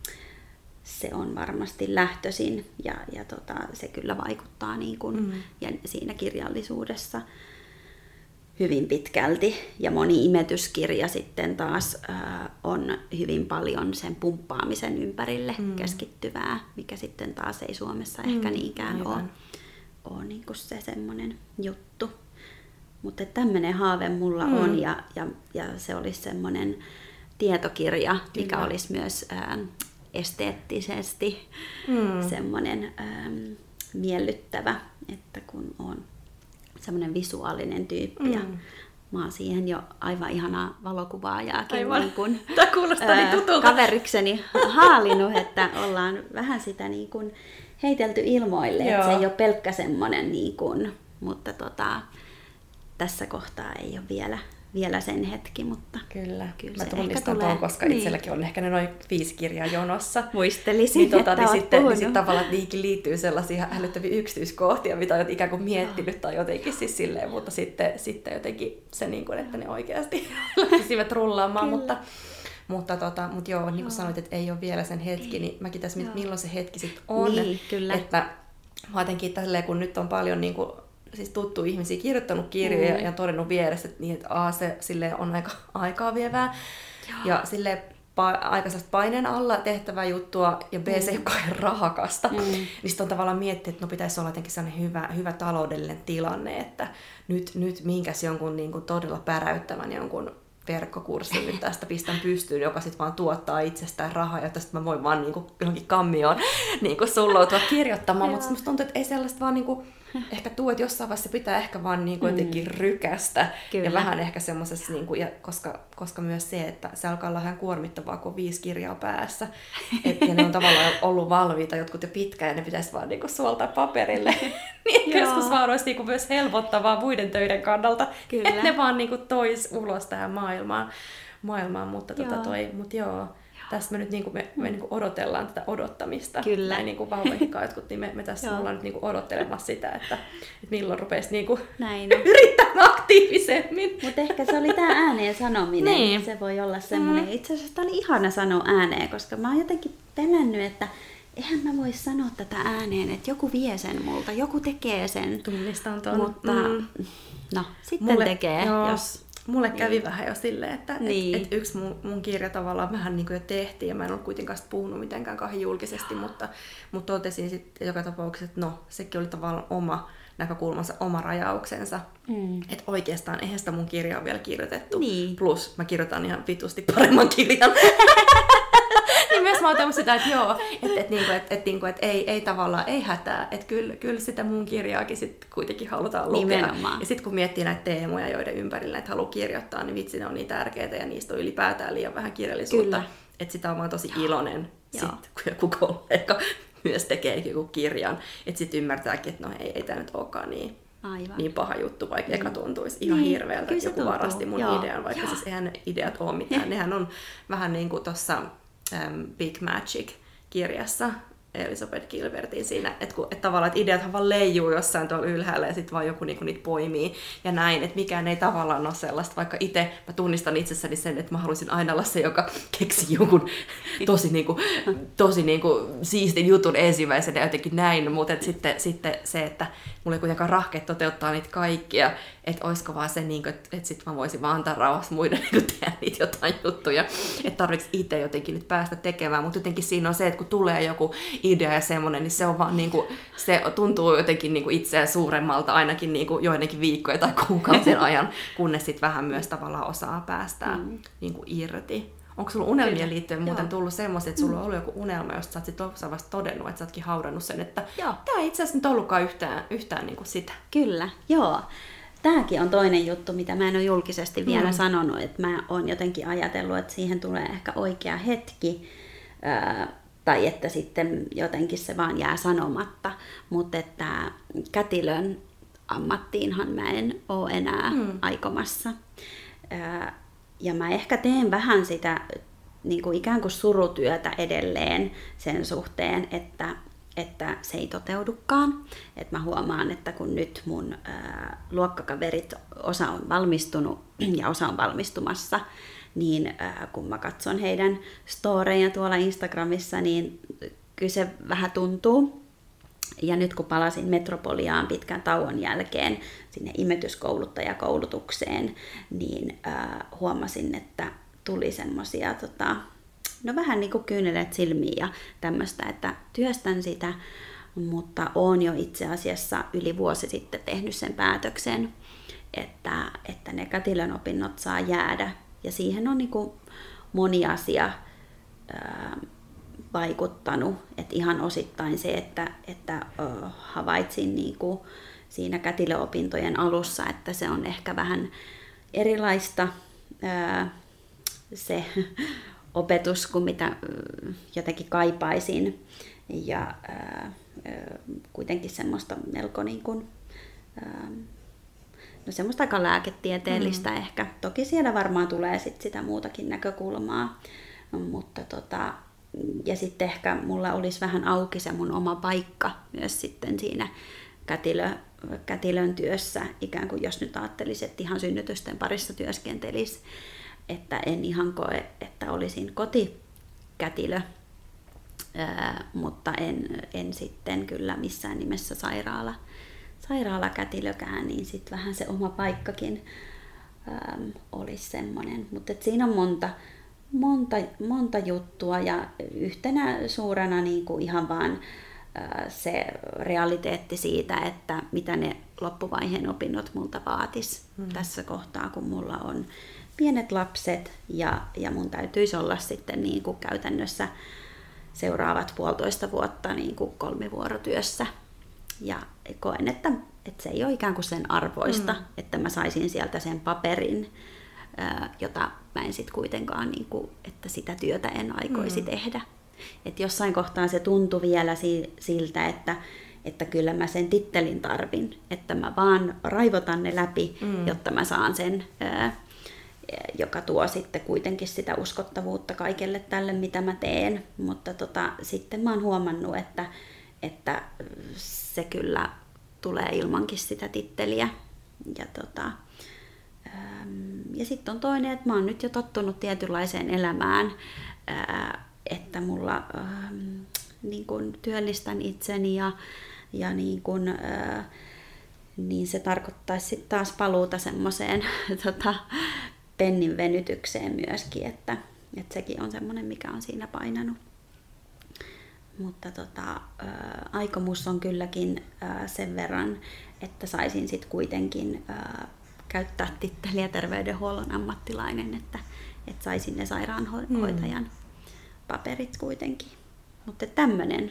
se on varmasti lähtöisin ja, ja tota, se kyllä vaikuttaa niin kun, mm. ja siinä kirjallisuudessa hyvin pitkälti. Ja moni imetyskirja sitten taas ää, on hyvin paljon sen pumppaamisen ympärille mm. keskittyvää, mikä sitten taas ei Suomessa mm. ehkä niinkään ole, ole niin kuin se semmoinen juttu. Mutta tämmöinen haave mulla mm. on ja, ja, ja se olisi semmoinen tietokirja, Kyllä. mikä olisi myös ää, esteettisesti mm. semmoinen ää, miellyttävä, että kun on semmoinen visuaalinen tyyppi mm. ja mä oon siihen jo aivan ihanaa valokuvaajaakin niin kun, Tämä kuulostaa niin tutulta. Kaverikseni haalinut, että ollaan vähän sitä niin kun heitelty ilmoille, Joo. että se ei ole pelkkä semmoinen, niin kun, mutta tota, tässä kohtaa ei ole vielä, vielä sen hetki, mutta kyllä, kyllä mä se tunnistan tuon, koska niin. itselläkin on ehkä ne noin viisi kirjaa jonossa. Muistelisin, niin, tota, että niin oot sitten, puhunut. niin sitten tavallaan että niihin liittyy sellaisia hälyttäviä yksityiskohtia, mitä olet ikään kuin miettinyt tai jotenkin siis silleen, mutta sitten, sitten jotenkin se, niin kuin, että ne oikeasti lähtisivät rullaamaan, mutta Mutta, tota, mutta joo, niin kuin joo. sanoit, että ei ole vielä sen hetki, niin mäkin tässä mietin, milloin se hetki sitten on. Niin, kyllä. Että mä jotenkin tälleen, kun nyt on paljon niin kuin, siis tuttu ihmisiä kirjoittanut kirjoja mm. ja todennut vieressä, että, niin, että a, se silleen on aika aikaa vievää. Joo. Ja silleen pa- aika paineen alla tehtävää juttua, ja B, mm. se ei ole kauhean rahakasta. Mm. Niin sitten on tavallaan miettiä, että no pitäisi olla jotenkin sellainen hyvä, hyvä taloudellinen tilanne, että nyt, nyt minkäs jonkun niin kuin todella päräyttävän jonkun verkkokurssin nyt tästä pistän pystyyn, joka sitten vaan tuottaa itsestään rahaa, jotta sitten mä voin vaan niinku johonkin kammioon niinku sulloutua kirjoittamaan, mutta musta tuntuu, että ei sellaista vaan niinku, ehkä tuu, että jossain vaiheessa pitää ehkä vaan niinku jotenkin rykästä Kyllä. ja vähän ehkä semmoisessa, niinku, koska, koska myös se, että se alkaa olla ihan kuormittavaa, kun on viisi kirjaa päässä, et, ja ne on tavallaan ollut valmiita jotkut jo pitkään, ja ne pitäisi vaan niinku suoltaa paperille, niin joskus vaan olisi niinku myös helpottavaa muiden töiden kannalta, että ne vaan niinku tois ulos tähän maailmaan, maailmaan. mutta tota toi, mut joo. Tässä me nyt niinku, me, me niinku odotellaan tätä odottamista. Kyllä. Näin niinku vauvaikkaa jotkut, niin me, me tässä ollaan nyt niinku odottelemassa sitä, että, että milloin rupeisi niinku yrittämään aktiivisemmin. Mutta ehkä se oli tämä ääneen sanominen. Niin. Se voi olla semmoinen. Mm. Itse asiassa tämä oli ihana sanoa ääneen, koska mä oon jotenkin pelännyt, että eihän mä voi sanoa tätä ääneen, että joku vie sen multa, joku tekee sen. Tunnistan tuon. Mutta mm. no, sitten Mulle, tekee, joo. jos... Mulle kävi niin. vähän jo silleen, että niin. et, et yksi mun, mun kirja tavallaan vähän niin kuin jo tehtiin, ja mä en ole kuitenkaan puhunut mitenkään kauhean julkisesti, mutta, mutta totesin sitten joka tapauksessa, että no, sekin oli tavallaan oma näkökulmansa, oma rajauksensa. Mm. Että oikeastaan eihän sitä mun kirjaa vielä kirjoitettu. Niin. Plus mä kirjoitan ihan vitusti paremman kirjan. Niin myös mä oon sitä, että joo, että et, niinku, et, et, niinku, et ei, ei tavallaan, ei hätää, että kyllä, kyllä sitä mun kirjaakin sit kuitenkin halutaan lukea. Nimenomaan. Ja sitten kun miettii näitä teemoja, joiden ympärillä että haluaa kirjoittaa, niin vitsi ne on niin tärkeitä ja niistä on ylipäätään liian vähän kirjallisuutta. Että sitä on vaan tosi iloinen, sit, kun joku kollega myös tekee joku kirjan, että sitten ymmärtääkin, että no ei, ei tämä nyt olekaan niin. Aivan. Niin paha juttu, vaikka eka tuntuisi ihan niin, hirveältä, että joku tuntuu. varasti mun Joo. idean, vaikka Joo. siis eihän ne ideat ole mitään. Nehän on vähän niin kuin tuossa um, Big Magic-kirjassa Elizabeth Gilbertin siinä, että, kun, että tavallaan että ideathan vaan leijuu jossain tuolla ylhäällä ja sitten vaan joku niinku niitä poimii ja näin, että mikään ei tavallaan ole sellaista, vaikka itse mä tunnistan itsessäni sen, että mä haluaisin aina olla se, joka keksi jonkun tosi, niinku, tosi niinku siistin jutun ensimmäisenä ja jotenkin näin, mutta et sitten, sitten se, että mulla ei kuitenkaan rahkeet toteuttaa niitä kaikkia, että olisiko vaan se, niinku, että, että sitten mä voisin vaan antaa rauhassa muiden niinku, tehdä niitä jotain juttuja, että tarvitsi itse jotenkin nyt päästä tekemään, mutta jotenkin siinä on se, että kun tulee joku idea ja semmoinen, niin se on vaan niinku, se tuntuu jotenkin niinku itseään suuremmalta ainakin niinku joidenkin viikkoja tai kuukausien ajan, kunnes sitten vähän myös tavallaan osaa päästää mm. niinku irti. Onko sulla unelmien liittyen muuten Joo. tullut semmoisia, että sulla on ollut joku unelma, josta sä oot sit loppuun vasta todennut, että sä ootkin haudannut sen, että Joo. tää ei itse asiassa nyt ollutkaan yhtään, yhtään niinku sitä. Kyllä, joo. Tämäkin on toinen juttu, mitä mä en ole julkisesti vielä mm. sanonut, että mä oon jotenkin ajatellut, että siihen tulee ehkä oikea hetki, ää, tai että sitten jotenkin se vaan jää sanomatta, mutta että kätilön ammattiinhan mä en ole enää mm. aikomassa. Ää, ja mä ehkä teen vähän sitä niin kuin ikään kuin surutyötä edelleen sen suhteen, että että se ei toteudukaan. Et mä huomaan, että kun nyt mun ää, luokkakaverit, osa on valmistunut ja osa on valmistumassa, niin ää, kun mä katson heidän storeja tuolla Instagramissa, niin kyllä se vähän tuntuu, Ja nyt kun palasin Metropoliaan pitkän tauon jälkeen sinne imetyskouluttajakoulutukseen, niin äh, huomasin, että tuli semmoisia tota, no vähän niin kuin kyyneleet silmiin ja tämmöistä, että työstän sitä, mutta olen jo itse asiassa yli vuosi sitten tehnyt sen päätöksen, että, että ne kätilön opinnot saa jäädä. Ja siihen on niin kuin moni asia ää, vaikuttanut. Et ihan osittain se, että, että ö, havaitsin niin kuin siinä kätilöopintojen alussa, että se on ehkä vähän erilaista ää, se opetus kuin mitä jotenkin kaipaisin. Ja ää, kuitenkin semmoista melko niin kuin, ää, no semmoista aika lääketieteellistä mm. ehkä. Toki siellä varmaan tulee sit sitä muutakin näkökulmaa, mutta tota, ja sitten ehkä mulla olisi vähän auki se mun oma paikka myös sitten siinä kätilö, kätilön työssä, ikään kuin jos nyt ajattelisi, että ihan synnytysten parissa työskentelisi, että en ihan koe, että olisin kotikätilö, ää, mutta en, en sitten kyllä missään nimessä sairaala, sairaalakätilökään, niin sitten vähän se oma paikkakin ää, olisi semmoinen. Mutta siinä on monta, monta, monta juttua ja yhtenä suurena niin kuin ihan vaan ää, se realiteetti siitä, että mitä ne loppuvaiheen opinnot multa vaatis hmm. tässä kohtaa, kun mulla on pienet lapset ja, ja mun täytyisi olla sitten niin kuin käytännössä seuraavat puolitoista vuotta niin kuin kolmivuorotyössä. Ja koen, että, että se ei ole ikään kuin sen arvoista, mm. että mä saisin sieltä sen paperin, jota mä en sitten kuitenkaan, niin kuin, että sitä työtä en aikoisi mm. tehdä. Et jossain kohtaa se tuntui vielä siltä, että, että kyllä mä sen tittelin tarvin, että mä vaan raivotan ne läpi, mm. jotta mä saan sen, joka tuo sitten kuitenkin sitä uskottavuutta kaikelle tälle, mitä mä teen. Mutta tota, sitten mä oon huomannut, että, että se kyllä tulee ilmankin sitä titteliä. Ja, tota, ja sitten on toinen, että mä oon nyt jo tottunut tietynlaiseen elämään, että mulla niin kun työllistän itseni ja, ja niin kun, niin se tarkoittaisi sitten taas paluuta semmoiseen tota, pennin venytykseen myöskin, että, että sekin on semmoinen, mikä on siinä painanut. Mutta tota, ää, aikomus on kylläkin ää, sen verran, että saisin sitten kuitenkin ää, käyttää titteliä terveydenhuollon ammattilainen, että, että saisin ne sairaanhoitajan mm. paperit kuitenkin. Mutta tämmöinen.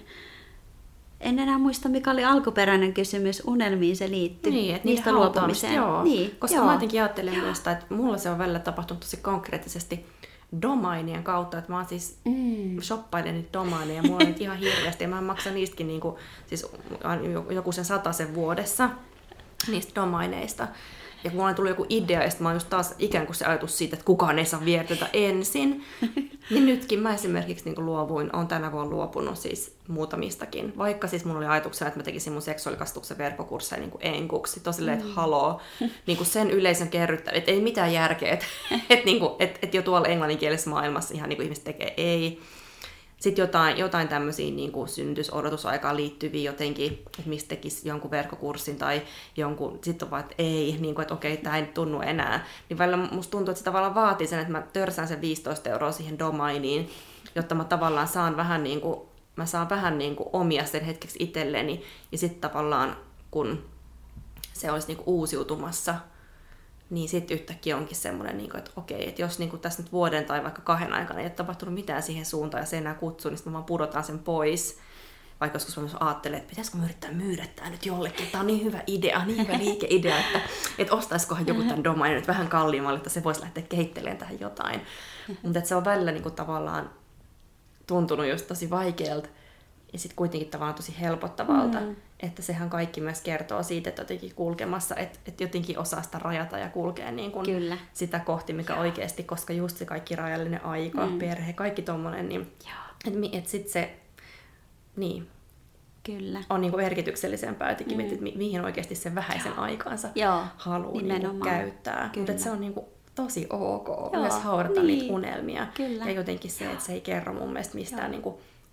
En enää muista, mikä oli alkuperäinen kysymys. Unelmiin se liittyy. Niin, että niistä luopumiseen. Joo. Niin, koska joo. mä jotenkin ajattelen myös, että mulla se on välillä tapahtunut tosi konkreettisesti domainien kautta, että mä oon siis mm. shoppailen niitä domaineja, mulla on niitä ihan hirveästi, ja mä maksan niistäkin niinku, siis joku sen satasen vuodessa niistä domaineista. Ja kun mulla tuli joku idea, ja sitten mä oon just taas ikään kuin se ajatus siitä, että kukaan ei saa viedä tätä ensin, niin nytkin mä esimerkiksi niin luovuin, oon tänä vuonna luopunut siis muutamistakin. Vaikka siis mulla oli ajatuksena, että mä tekisin mun seksuaalikasvatuksen verkkokursseja niin enkuksi. Sitten on silleen, että haloo, niin kuin sen yleisön kerryttä, että ei mitään järkeä, että et, niin et, et jo tuolla englanninkielisessä maailmassa ihan niin kuin ihmiset tekee, ei. Sitten jotain, jotain tämmöisiä niin kuin synnytysodotusaikaan liittyviä jotenkin, että mistä tekisi jonkun verkkokurssin tai jonkun, sitten on vaan, että ei, niin kuin, että okei, tämä ei nyt tunnu enää. Niin välillä musta tuntuu, että se tavallaan vaatii sen, että mä törsään sen viisitoista euroa siihen domainiin, jotta mä tavallaan saan vähän niin kuin, mä saan vähän niin kuin omia sen hetkeksi itselleni. Ja sitten tavallaan, kun se olisi niin kuin uusiutumassa, niin sitten yhtäkkiä onkin semmoinen, että okei, että jos tässä nyt vuoden tai vaikka kahden aikana ei ole tapahtunut mitään siihen suuntaan ja se enää kutsuu, niin sitten mä vaan pudotaan sen pois. Vaikka joskus mä ajattelin, että pitäisikö mä yrittää myydä tämä nyt jollekin, tämä on niin hyvä idea, niin hyvä liikeidea, että, että ostaisikohan joku tämän domainin nyt vähän kalliimmalle, että se voisi lähteä kehittelemään tähän jotain. Mutta se on välillä niin kuin tavallaan tuntunut just tosi vaikealta ja sitten kuitenkin tavallaan tosi helpottavalta. Mm. Että sehän kaikki myös kertoo siitä, että jotenkin kulkemassa, että, että jotenkin osaa sitä rajata ja kulkea niin kuin sitä kohti, mikä Joo. oikeasti, koska just se kaikki rajallinen aika, mm. perhe, kaikki tommonen, niin että et sitten se niin, Kyllä. on niin kuin merkityksellisempää jotenkin, mm. että mi- mihin oikeasti sen vähäisen Joo. aikaansa Joo. haluaa niin käyttää. Mutta se on niin kuin tosi ok Joo. myös haudata niin. niitä unelmia. Kyllä. Ja jotenkin se, että se ei kerro mun mielestä mistään niin kuin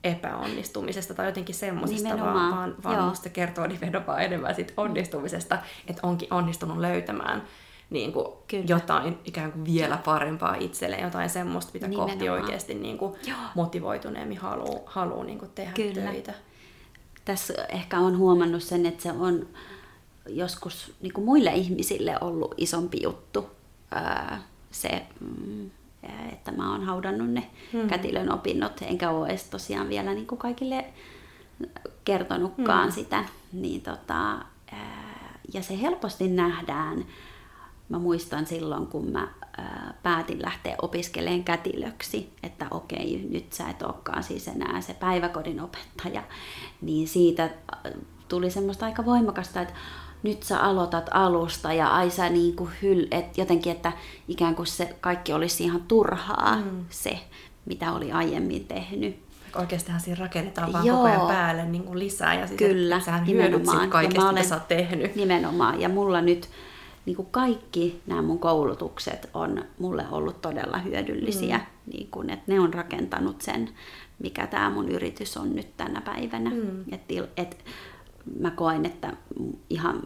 epäonnistumisesta tai jotenkin semmoisesta, vaan, Nimenomaan, vaan, vaan joo. musta se kertoo nimenomaan enemmän siitä onnistumisesta, että onkin onnistunut löytämään niin kuin jotain ikään kuin vielä parempaa itselleen, jotain semmoista, mitä Nimenomaan. kohti oikeasti niin kuin motivoituneemmin haluaa haluu niin kuin tehdä Kyllä. töitä. Tässä ehkä on huomannut sen, että se on joskus niin kuin muille ihmisille ollut isompi juttu, ää, se, mm, että mä oon haudannut ne hmm. kätilön opinnot, enkä ole edes tosiaan vielä niin kuin kaikille kertonutkaan hmm. sitä. Niin tota, ää, ja se helposti nähdään. Mä muistan silloin, kun mä ää, päätin lähteä opiskelemaan kätilöksi, että okei, nyt sä et olekaan siis enää se päiväkodin opettaja, niin siitä tuli semmoista aika voimakasta, että nyt sä aloitat alusta ja ai sä niin kuin hyl, et jotenkin, että ikään kuin se kaikki olisi ihan turhaa mm. se, mitä oli aiemmin tehnyt. Oikeastihan siinä rakennetaan vaan Joo. koko ajan päälle niin kuin lisää ja siis Kyllä, et, sähän hyödyt siitä kaikesta, mitä sä oot tehnyt. Nimenomaan, ja mulla nyt niin kuin kaikki nämä mun koulutukset on mulle ollut todella hyödyllisiä, mm. niin kuin, että ne on rakentanut sen, mikä tämä mun yritys on nyt tänä päivänä. Mm. Et, et, mä koen, että ihan,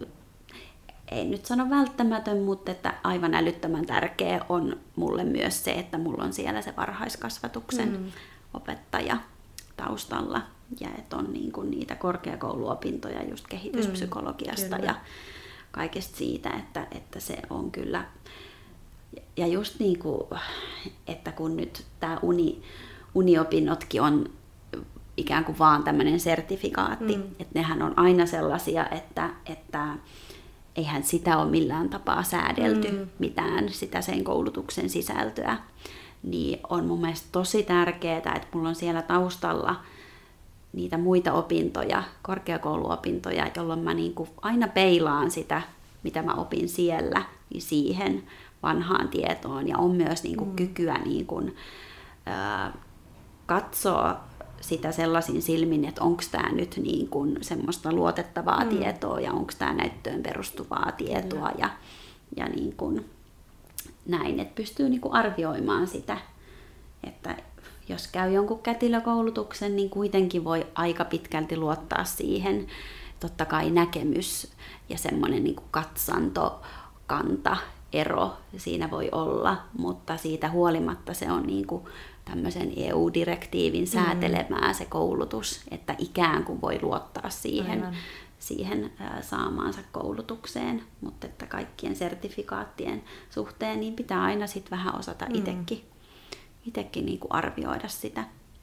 ei nyt sano välttämätön, mutta että aivan älyttömän tärkeä on mulle myös se, että mulla on siellä se varhaiskasvatuksen mm. opettaja taustalla ja että on niin kuin niitä korkeakouluopintoja just kehityspsykologiasta mm. ja kaikesta siitä, että, että se on kyllä, ja just niin kuin, että kun nyt tämä uni, uniopinnotkin on ikään kuin vaan tämmöinen sertifikaatti, mm. että nehän on aina sellaisia, että, että eihän sitä ole millään tapaa säädelty mm. mitään sitä sen koulutuksen sisältöä, niin on mun mielestä tosi tärkeää, että mulla on siellä taustalla niitä muita opintoja, korkeakouluopintoja, jolloin mä niin kuin aina peilaan sitä, mitä mä opin siellä, niin siihen vanhaan tietoon. Ja on myös niin kuin mm. kykyä niin kuin, äh, katsoa sitä sellaisin silmin, että onko tämä nyt niin kuin semmoista luotettavaa mm. tietoa ja onko tämä näyttöön perustuvaa tietoa ja, ja niin kuin näin, että pystyy niin kuin arvioimaan sitä, että jos käy jonkun kätilökoulutuksen, niin kuitenkin voi aika pitkälti luottaa siihen. Totta kai näkemys ja semmoinen niin kuin katsanto, kanta, ero siinä voi olla, mutta siitä huolimatta se on niin kuin tämmöisen E U-direktiivin säätelemää se koulutus, että ikään kuin voi luottaa siihen, siihen saamaansa koulutukseen, mutta että kaikkien sertifikaattien suhteen niin pitää aina sit vähän osata mm. itsekin. Itsekin niin kuin arvioida sitä.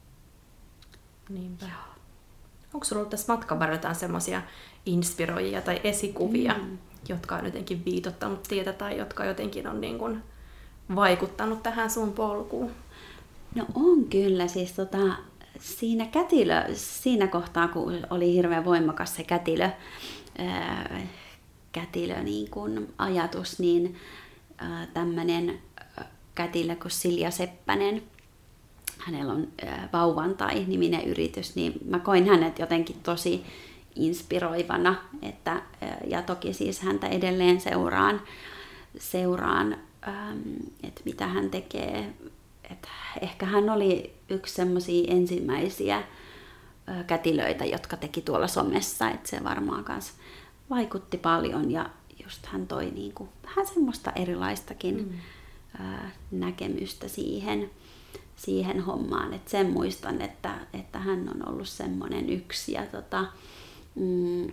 Niinpä. Onko sinulla ollut tässä matkan varrella jotain semmoisia inspiroijia tai esikuvia, mm. jotka on jotenkin viitottanut tietä tai jotka jotenkin on niin kuin vaikuttanut tähän sun polkuun? No on kyllä. Siis tota, siinä, kätilö, siinä kohtaa, kun oli hirveän voimakas se kätilö, ää, kätilö niin kuin ajatus, niin ää, tämmöinen kätilö kuin Silja Seppänen, hänellä on Vauvantai-niminen yritys, niin mä koin hänet jotenkin tosi inspiroivana, että, ja toki siis häntä edelleen seuraan, seuraan että mitä hän tekee. Että ehkä hän oli yksi semmoisia ensimmäisiä kätilöitä, jotka teki tuolla somessa, että se varmaan kanssa vaikutti paljon, ja just hän toi niinku vähän semmoista erilaistakin mm. näkemystä siihen, siihen hommaan. Et sen muistan, että, että hän on ollut semmoinen yksi. Ja, tota, mm,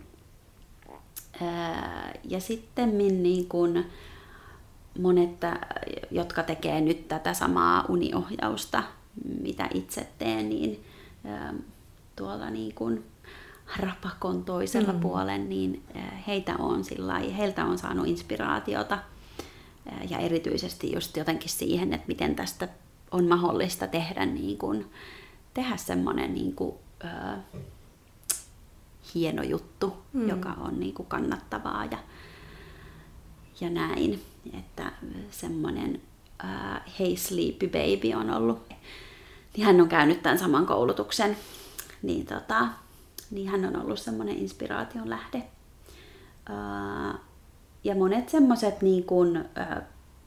ää, ja sitten niin kun monet, jotka tekee nyt tätä samaa uniohjausta, mitä itse teen, niin ää, tuolla niin kun rapakon toisella mm. puolen, niin heitä on sillai, heiltä on saanut inspiraatiota. Ja erityisesti just jotenkin siihen, että miten tästä on mahdollista tehdä, niin kuin, tehdä semmoinen niin kuin, äh, hieno juttu, mm. joka on niin kuin kannattavaa ja, ja näin. Että semmoinen äh, Hey Sleepy Baby on ollut. Niin hän on käynyt tämän saman koulutuksen, niin, tota, niin hän on ollut semmoinen inspiraation lähde. Äh, Ja monet semmoiset niin kuin, ö,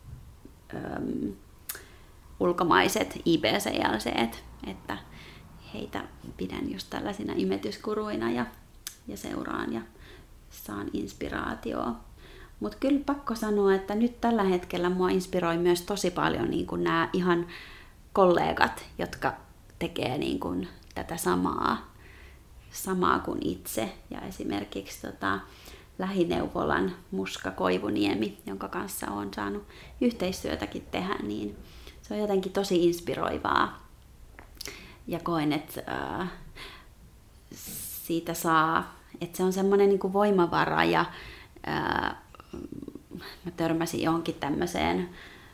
ö, ulkomaiset I B C L C, että heitä pidän just tällaisina imetyskuruina ja, ja seuraan ja saan inspiraatioa. Mutta kyllä pakko sanoa, että nyt tällä hetkellä mua inspiroi myös tosi paljon niin kuin nämä ihan kollegat, jotka tekee niin kuin tätä samaa, samaa kuin itse. Ja esimerkiksi tota, lähineuvolan Muska Koivuniemi, jonka kanssa olen saanut yhteistyötäkin tehdä, niin se on jotenkin tosi inspiroivaa. Ja koen, että äh, siitä saa, että se on semmoinen niin kuin voimavara ja äh, mä törmäsin johonkin tämmöiseen,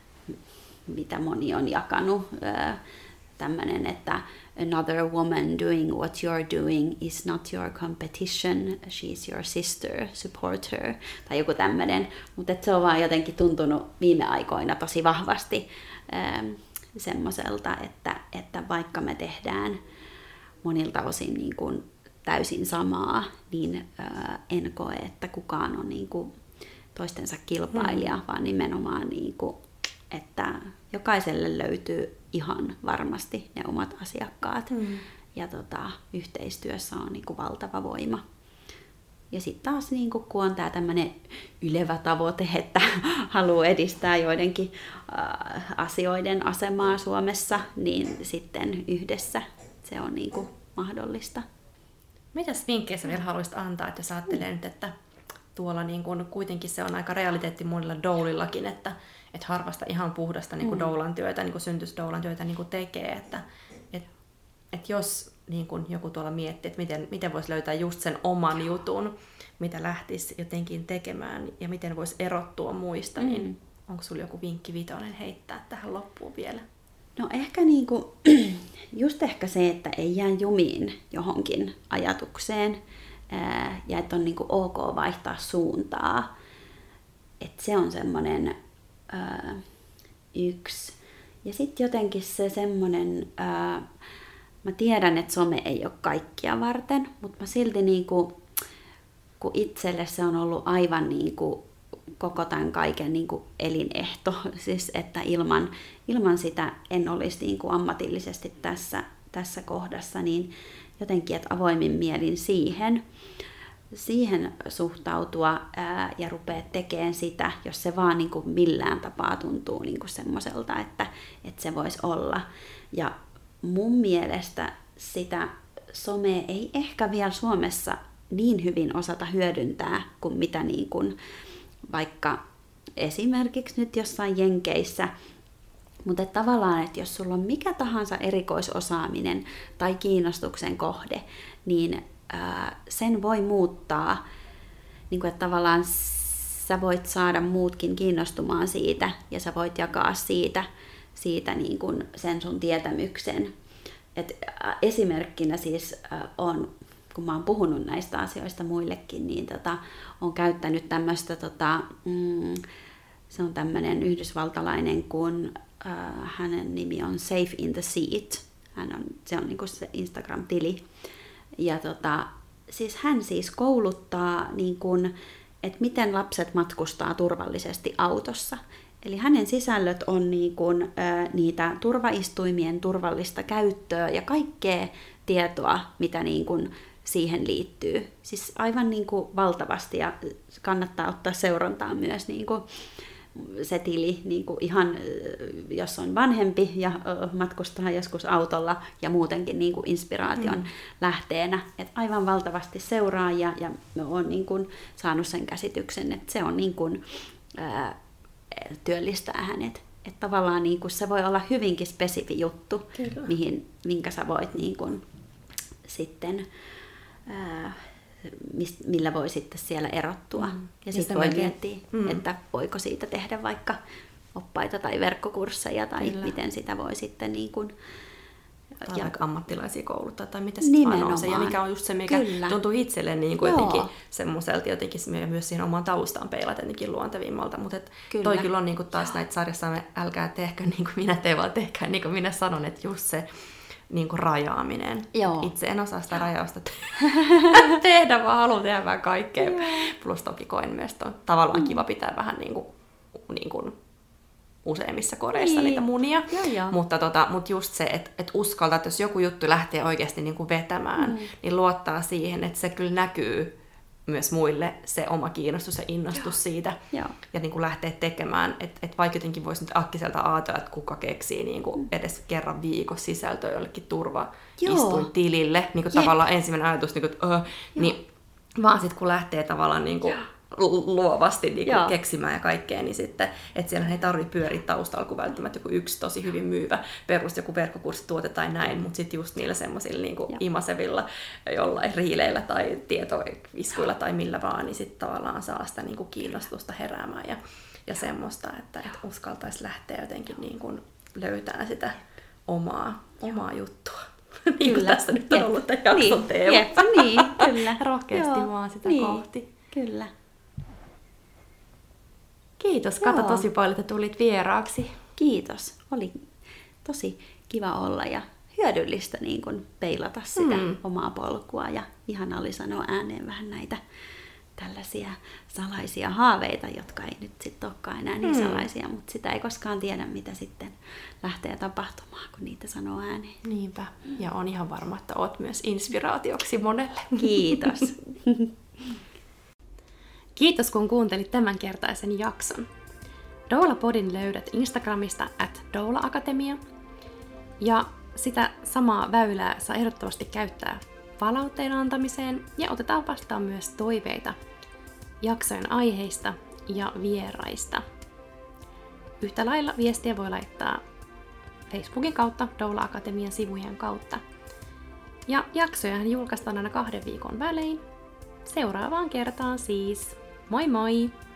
mitä moni on jakanut, äh, tämmöinen, että another woman doing what you're doing is not your competition, she's your sister, support her, tai joku tämmöinen, mutta se on vaan jotenkin tuntunut viime aikoina tosi vahvasti ähm, semmoiselta, että, että vaikka me tehdään monilta osin niin kuin täysin samaa, niin äh, en koe, että kukaan on niin kuin toistensa kilpailija, mm. vaan nimenomaan, niin kuin, että jokaiselle löytyy ihan varmasti ne omat asiakkaat. Mm. Ja tota, yhteistyössä on niin kuin valtava voima. Ja sitten taas niin kuin, kun on tämä tämmöinen ylevä tavoite, että haluaa edistää joidenkin äh, asioiden asemaa Suomessa, niin sitten yhdessä se on niin kuin mahdollista. Mitäs vinkkejä sä vielä haluaisit antaa, että jos ajattelee nyt, että tuolla niin kun kuitenkin se on aika realiteetti monilla doulillakin, että, että harvasta ihan puhdasta niin kun mm. doulan työtä, niin kun syntysdoulan työtä niin kun tekee, että et, et jos niin kun joku tuolla miettii, että miten, miten voisi löytää just sen oman jutun, mitä lähtisi jotenkin tekemään ja miten voisi erottua muista, mm. niin onko sulla joku vinkki vitonen heittää tähän loppuun vielä? No ehkä niinku, just ehkä se, että ei jää jumiin johonkin ajatukseen ää, ja että on niinku ok vaihtaa suuntaa. Että se on semmoinen ää, yksi. Ja sitten jotenkin se semmoinen, ää, mä tiedän, että some ei ole kaikkia varten, mutta mä silti niinku, kun itselle se on ollut aivan niinku koko tämän kaiken niin kuin elinehto, siis että ilman, ilman sitä en olisi niin kuin ammatillisesti tässä, tässä kohdassa, niin jotenkin, että avoimin mielin siihen, siihen suhtautua ää, ja rupeaa tekemään sitä, jos se vaan niin kuin millään tapaa tuntuu niin kuin semmoiselta, että, että se voisi olla. Ja mun mielestä sitä somea ei ehkä vielä Suomessa niin hyvin osata hyödyntää kuin mitä niin kuin vaikka esimerkiksi nyt jossain Jenkeissä, mutta että tavallaan, että jos sulla on mikä tahansa erikoisosaaminen tai kiinnostuksen kohde, niin ää, sen voi muuttaa, niin kuin, että tavallaan sä voit saada muutkin kiinnostumaan siitä ja sä voit jakaa siitä, siitä niin kuin sen sun tietämyksen. Et, ää, esimerkkinä siis ää, on, kun mä oon puhunut näistä asioista muillekin, niin tota, on käyttänyt tämmöistä, tota, mm, se on tämmöinen yhdysvaltalainen, kun äh, hänen nimi on Safe in the Seat. Hän on, se on niinku se Instagram-tili. Ja tota, siis hän siis kouluttaa, niin kun, että miten lapset matkustaa turvallisesti autossa. Eli hänen sisällöt on niin kun, äh, niitä turvaistuimien turvallista käyttöä ja kaikkea tietoa, mitä niin kun siihen liittyy. Siis aivan niin kuin valtavasti ja kannattaa ottaa seurantaan myös niin kuin se tili niin kuin ihan, jos on vanhempi ja matkustaa joskus autolla ja muutenkin niin kuin inspiraation mm. lähteenä. Et aivan valtavasti seuraajia ja mä oon niin kuin saanut sen käsityksen, että se on niin kuin, ää, työllistää hänet. Että tavallaan niin kuin se voi olla hyvinkin spesifi juttu, mihin, minkä sä voit niin kuin sitten Ää, millä voi sitten siellä erottua. Mm. Ja sitten voi miettiä, mm. että voiko siitä tehdä vaikka oppaita tai verkkokursseja tai Kyllä. miten sitä voi sitten niin kuin tai ja vaikka ammattilaisia kouluttaa tai mitä sitten vaan on se. Ja mikä on just se, mikä Kyllä. tuntuu itselle niin kuin jotenkin semmoiselta jotenkin myös siihen omaan taustaan peilata jotenkin luontevimmalta. Mutta kyllä. toi kyllä on niin kuin taas näitä sarjassa, älkää tehkö niin kuin minä teen, vaan tehkää niin kuin minä sanon, että just se niin kuin rajaaminen. Joo. Itse en osaa sitä rajausta tehdä, vaan haluan tehdä vähän kaikkea. Joo. Plus toki koen myös, että on tavallaan kiva pitää vähän niin kuin, niin kuin useimmissa koreissa niin. niitä munia. Joo, joo. Mutta, tota, mutta just se, että et uskaltaa, että jos joku juttu lähtee oikeasti niin kuin vetämään, mm. niin luottaa siihen, että se kyllä näkyy myös muille se oma kiinnostus ja innostus Joo. siitä. Joo. Ja niin kuin lähteä tekemään, että et vaikka jotenkin voisi nyt akkiselta ajatella, että kuka keksii niin kuin edes kerran viikossa sisältöä jollekin turva-istuintilille, niin kuin tavallaan ensimmäinen ajatus, niin, kuin, uh, niin vaan sitten kun lähtee tavallaan niin kuin luovasti niin kuin keksimään ja kaikkea, niin sitten, että siellä ei tarvitse pyöriä taustalla kuin välttämättä joku yksi tosi hyvin myyvä perus, joku verkkokurssituote tai näin, mutta sitten just niillä semmoisilla niin kuin imasevilla jollain riileillä tai tietoiskuilla tai millä vaan, niin sitten tavallaan saa sitä niin kuin kiinnostusta heräämään ja, ja semmoista, että, että uskaltaisi lähteä jotenkin niin kuin löytämään sitä omaa, omaa juttua. Niin kuin tässä nyt on ollut tämän jakson niin. teema. Jep, niin, kyllä. Rohkeasti Joo. vaan sitä niin. kohti. Kyllä. Kiitos Kata tosi paljon, että tulit vieraaksi. Kiitos. Oli tosi kiva olla ja hyödyllistä niin kun peilata sitä mm. omaa polkua. Ja ihana oli sanoa ääneen vähän näitä tällaisia salaisia haaveita, jotka ei nyt sitten olekaan enää niin mm. salaisia, mutta sitä ei koskaan tiedä, mitä sitten lähtee tapahtumaan, kun niitä sanoo ääneen. Niinpä. Ja on ihan varma, että oot myös inspiraatioksi monelle. Kiitos. Kiitos, kun kuuntelit tämänkertaisen jakson. Doula-podin löydät Instagramista at doula-akatemia. Ja sitä samaa väylää saa ehdottomasti käyttää palautteen antamiseen ja otetaan vastaan myös toiveita jaksojen aiheista ja vieraista. Yhtä lailla viestiä voi laittaa Facebookin kautta, Doula-akatemian sivujen kautta. Ja jaksojahan julkaistaan aina kahden viikon välein. Seuraavaan kertaan siis. Moi moi!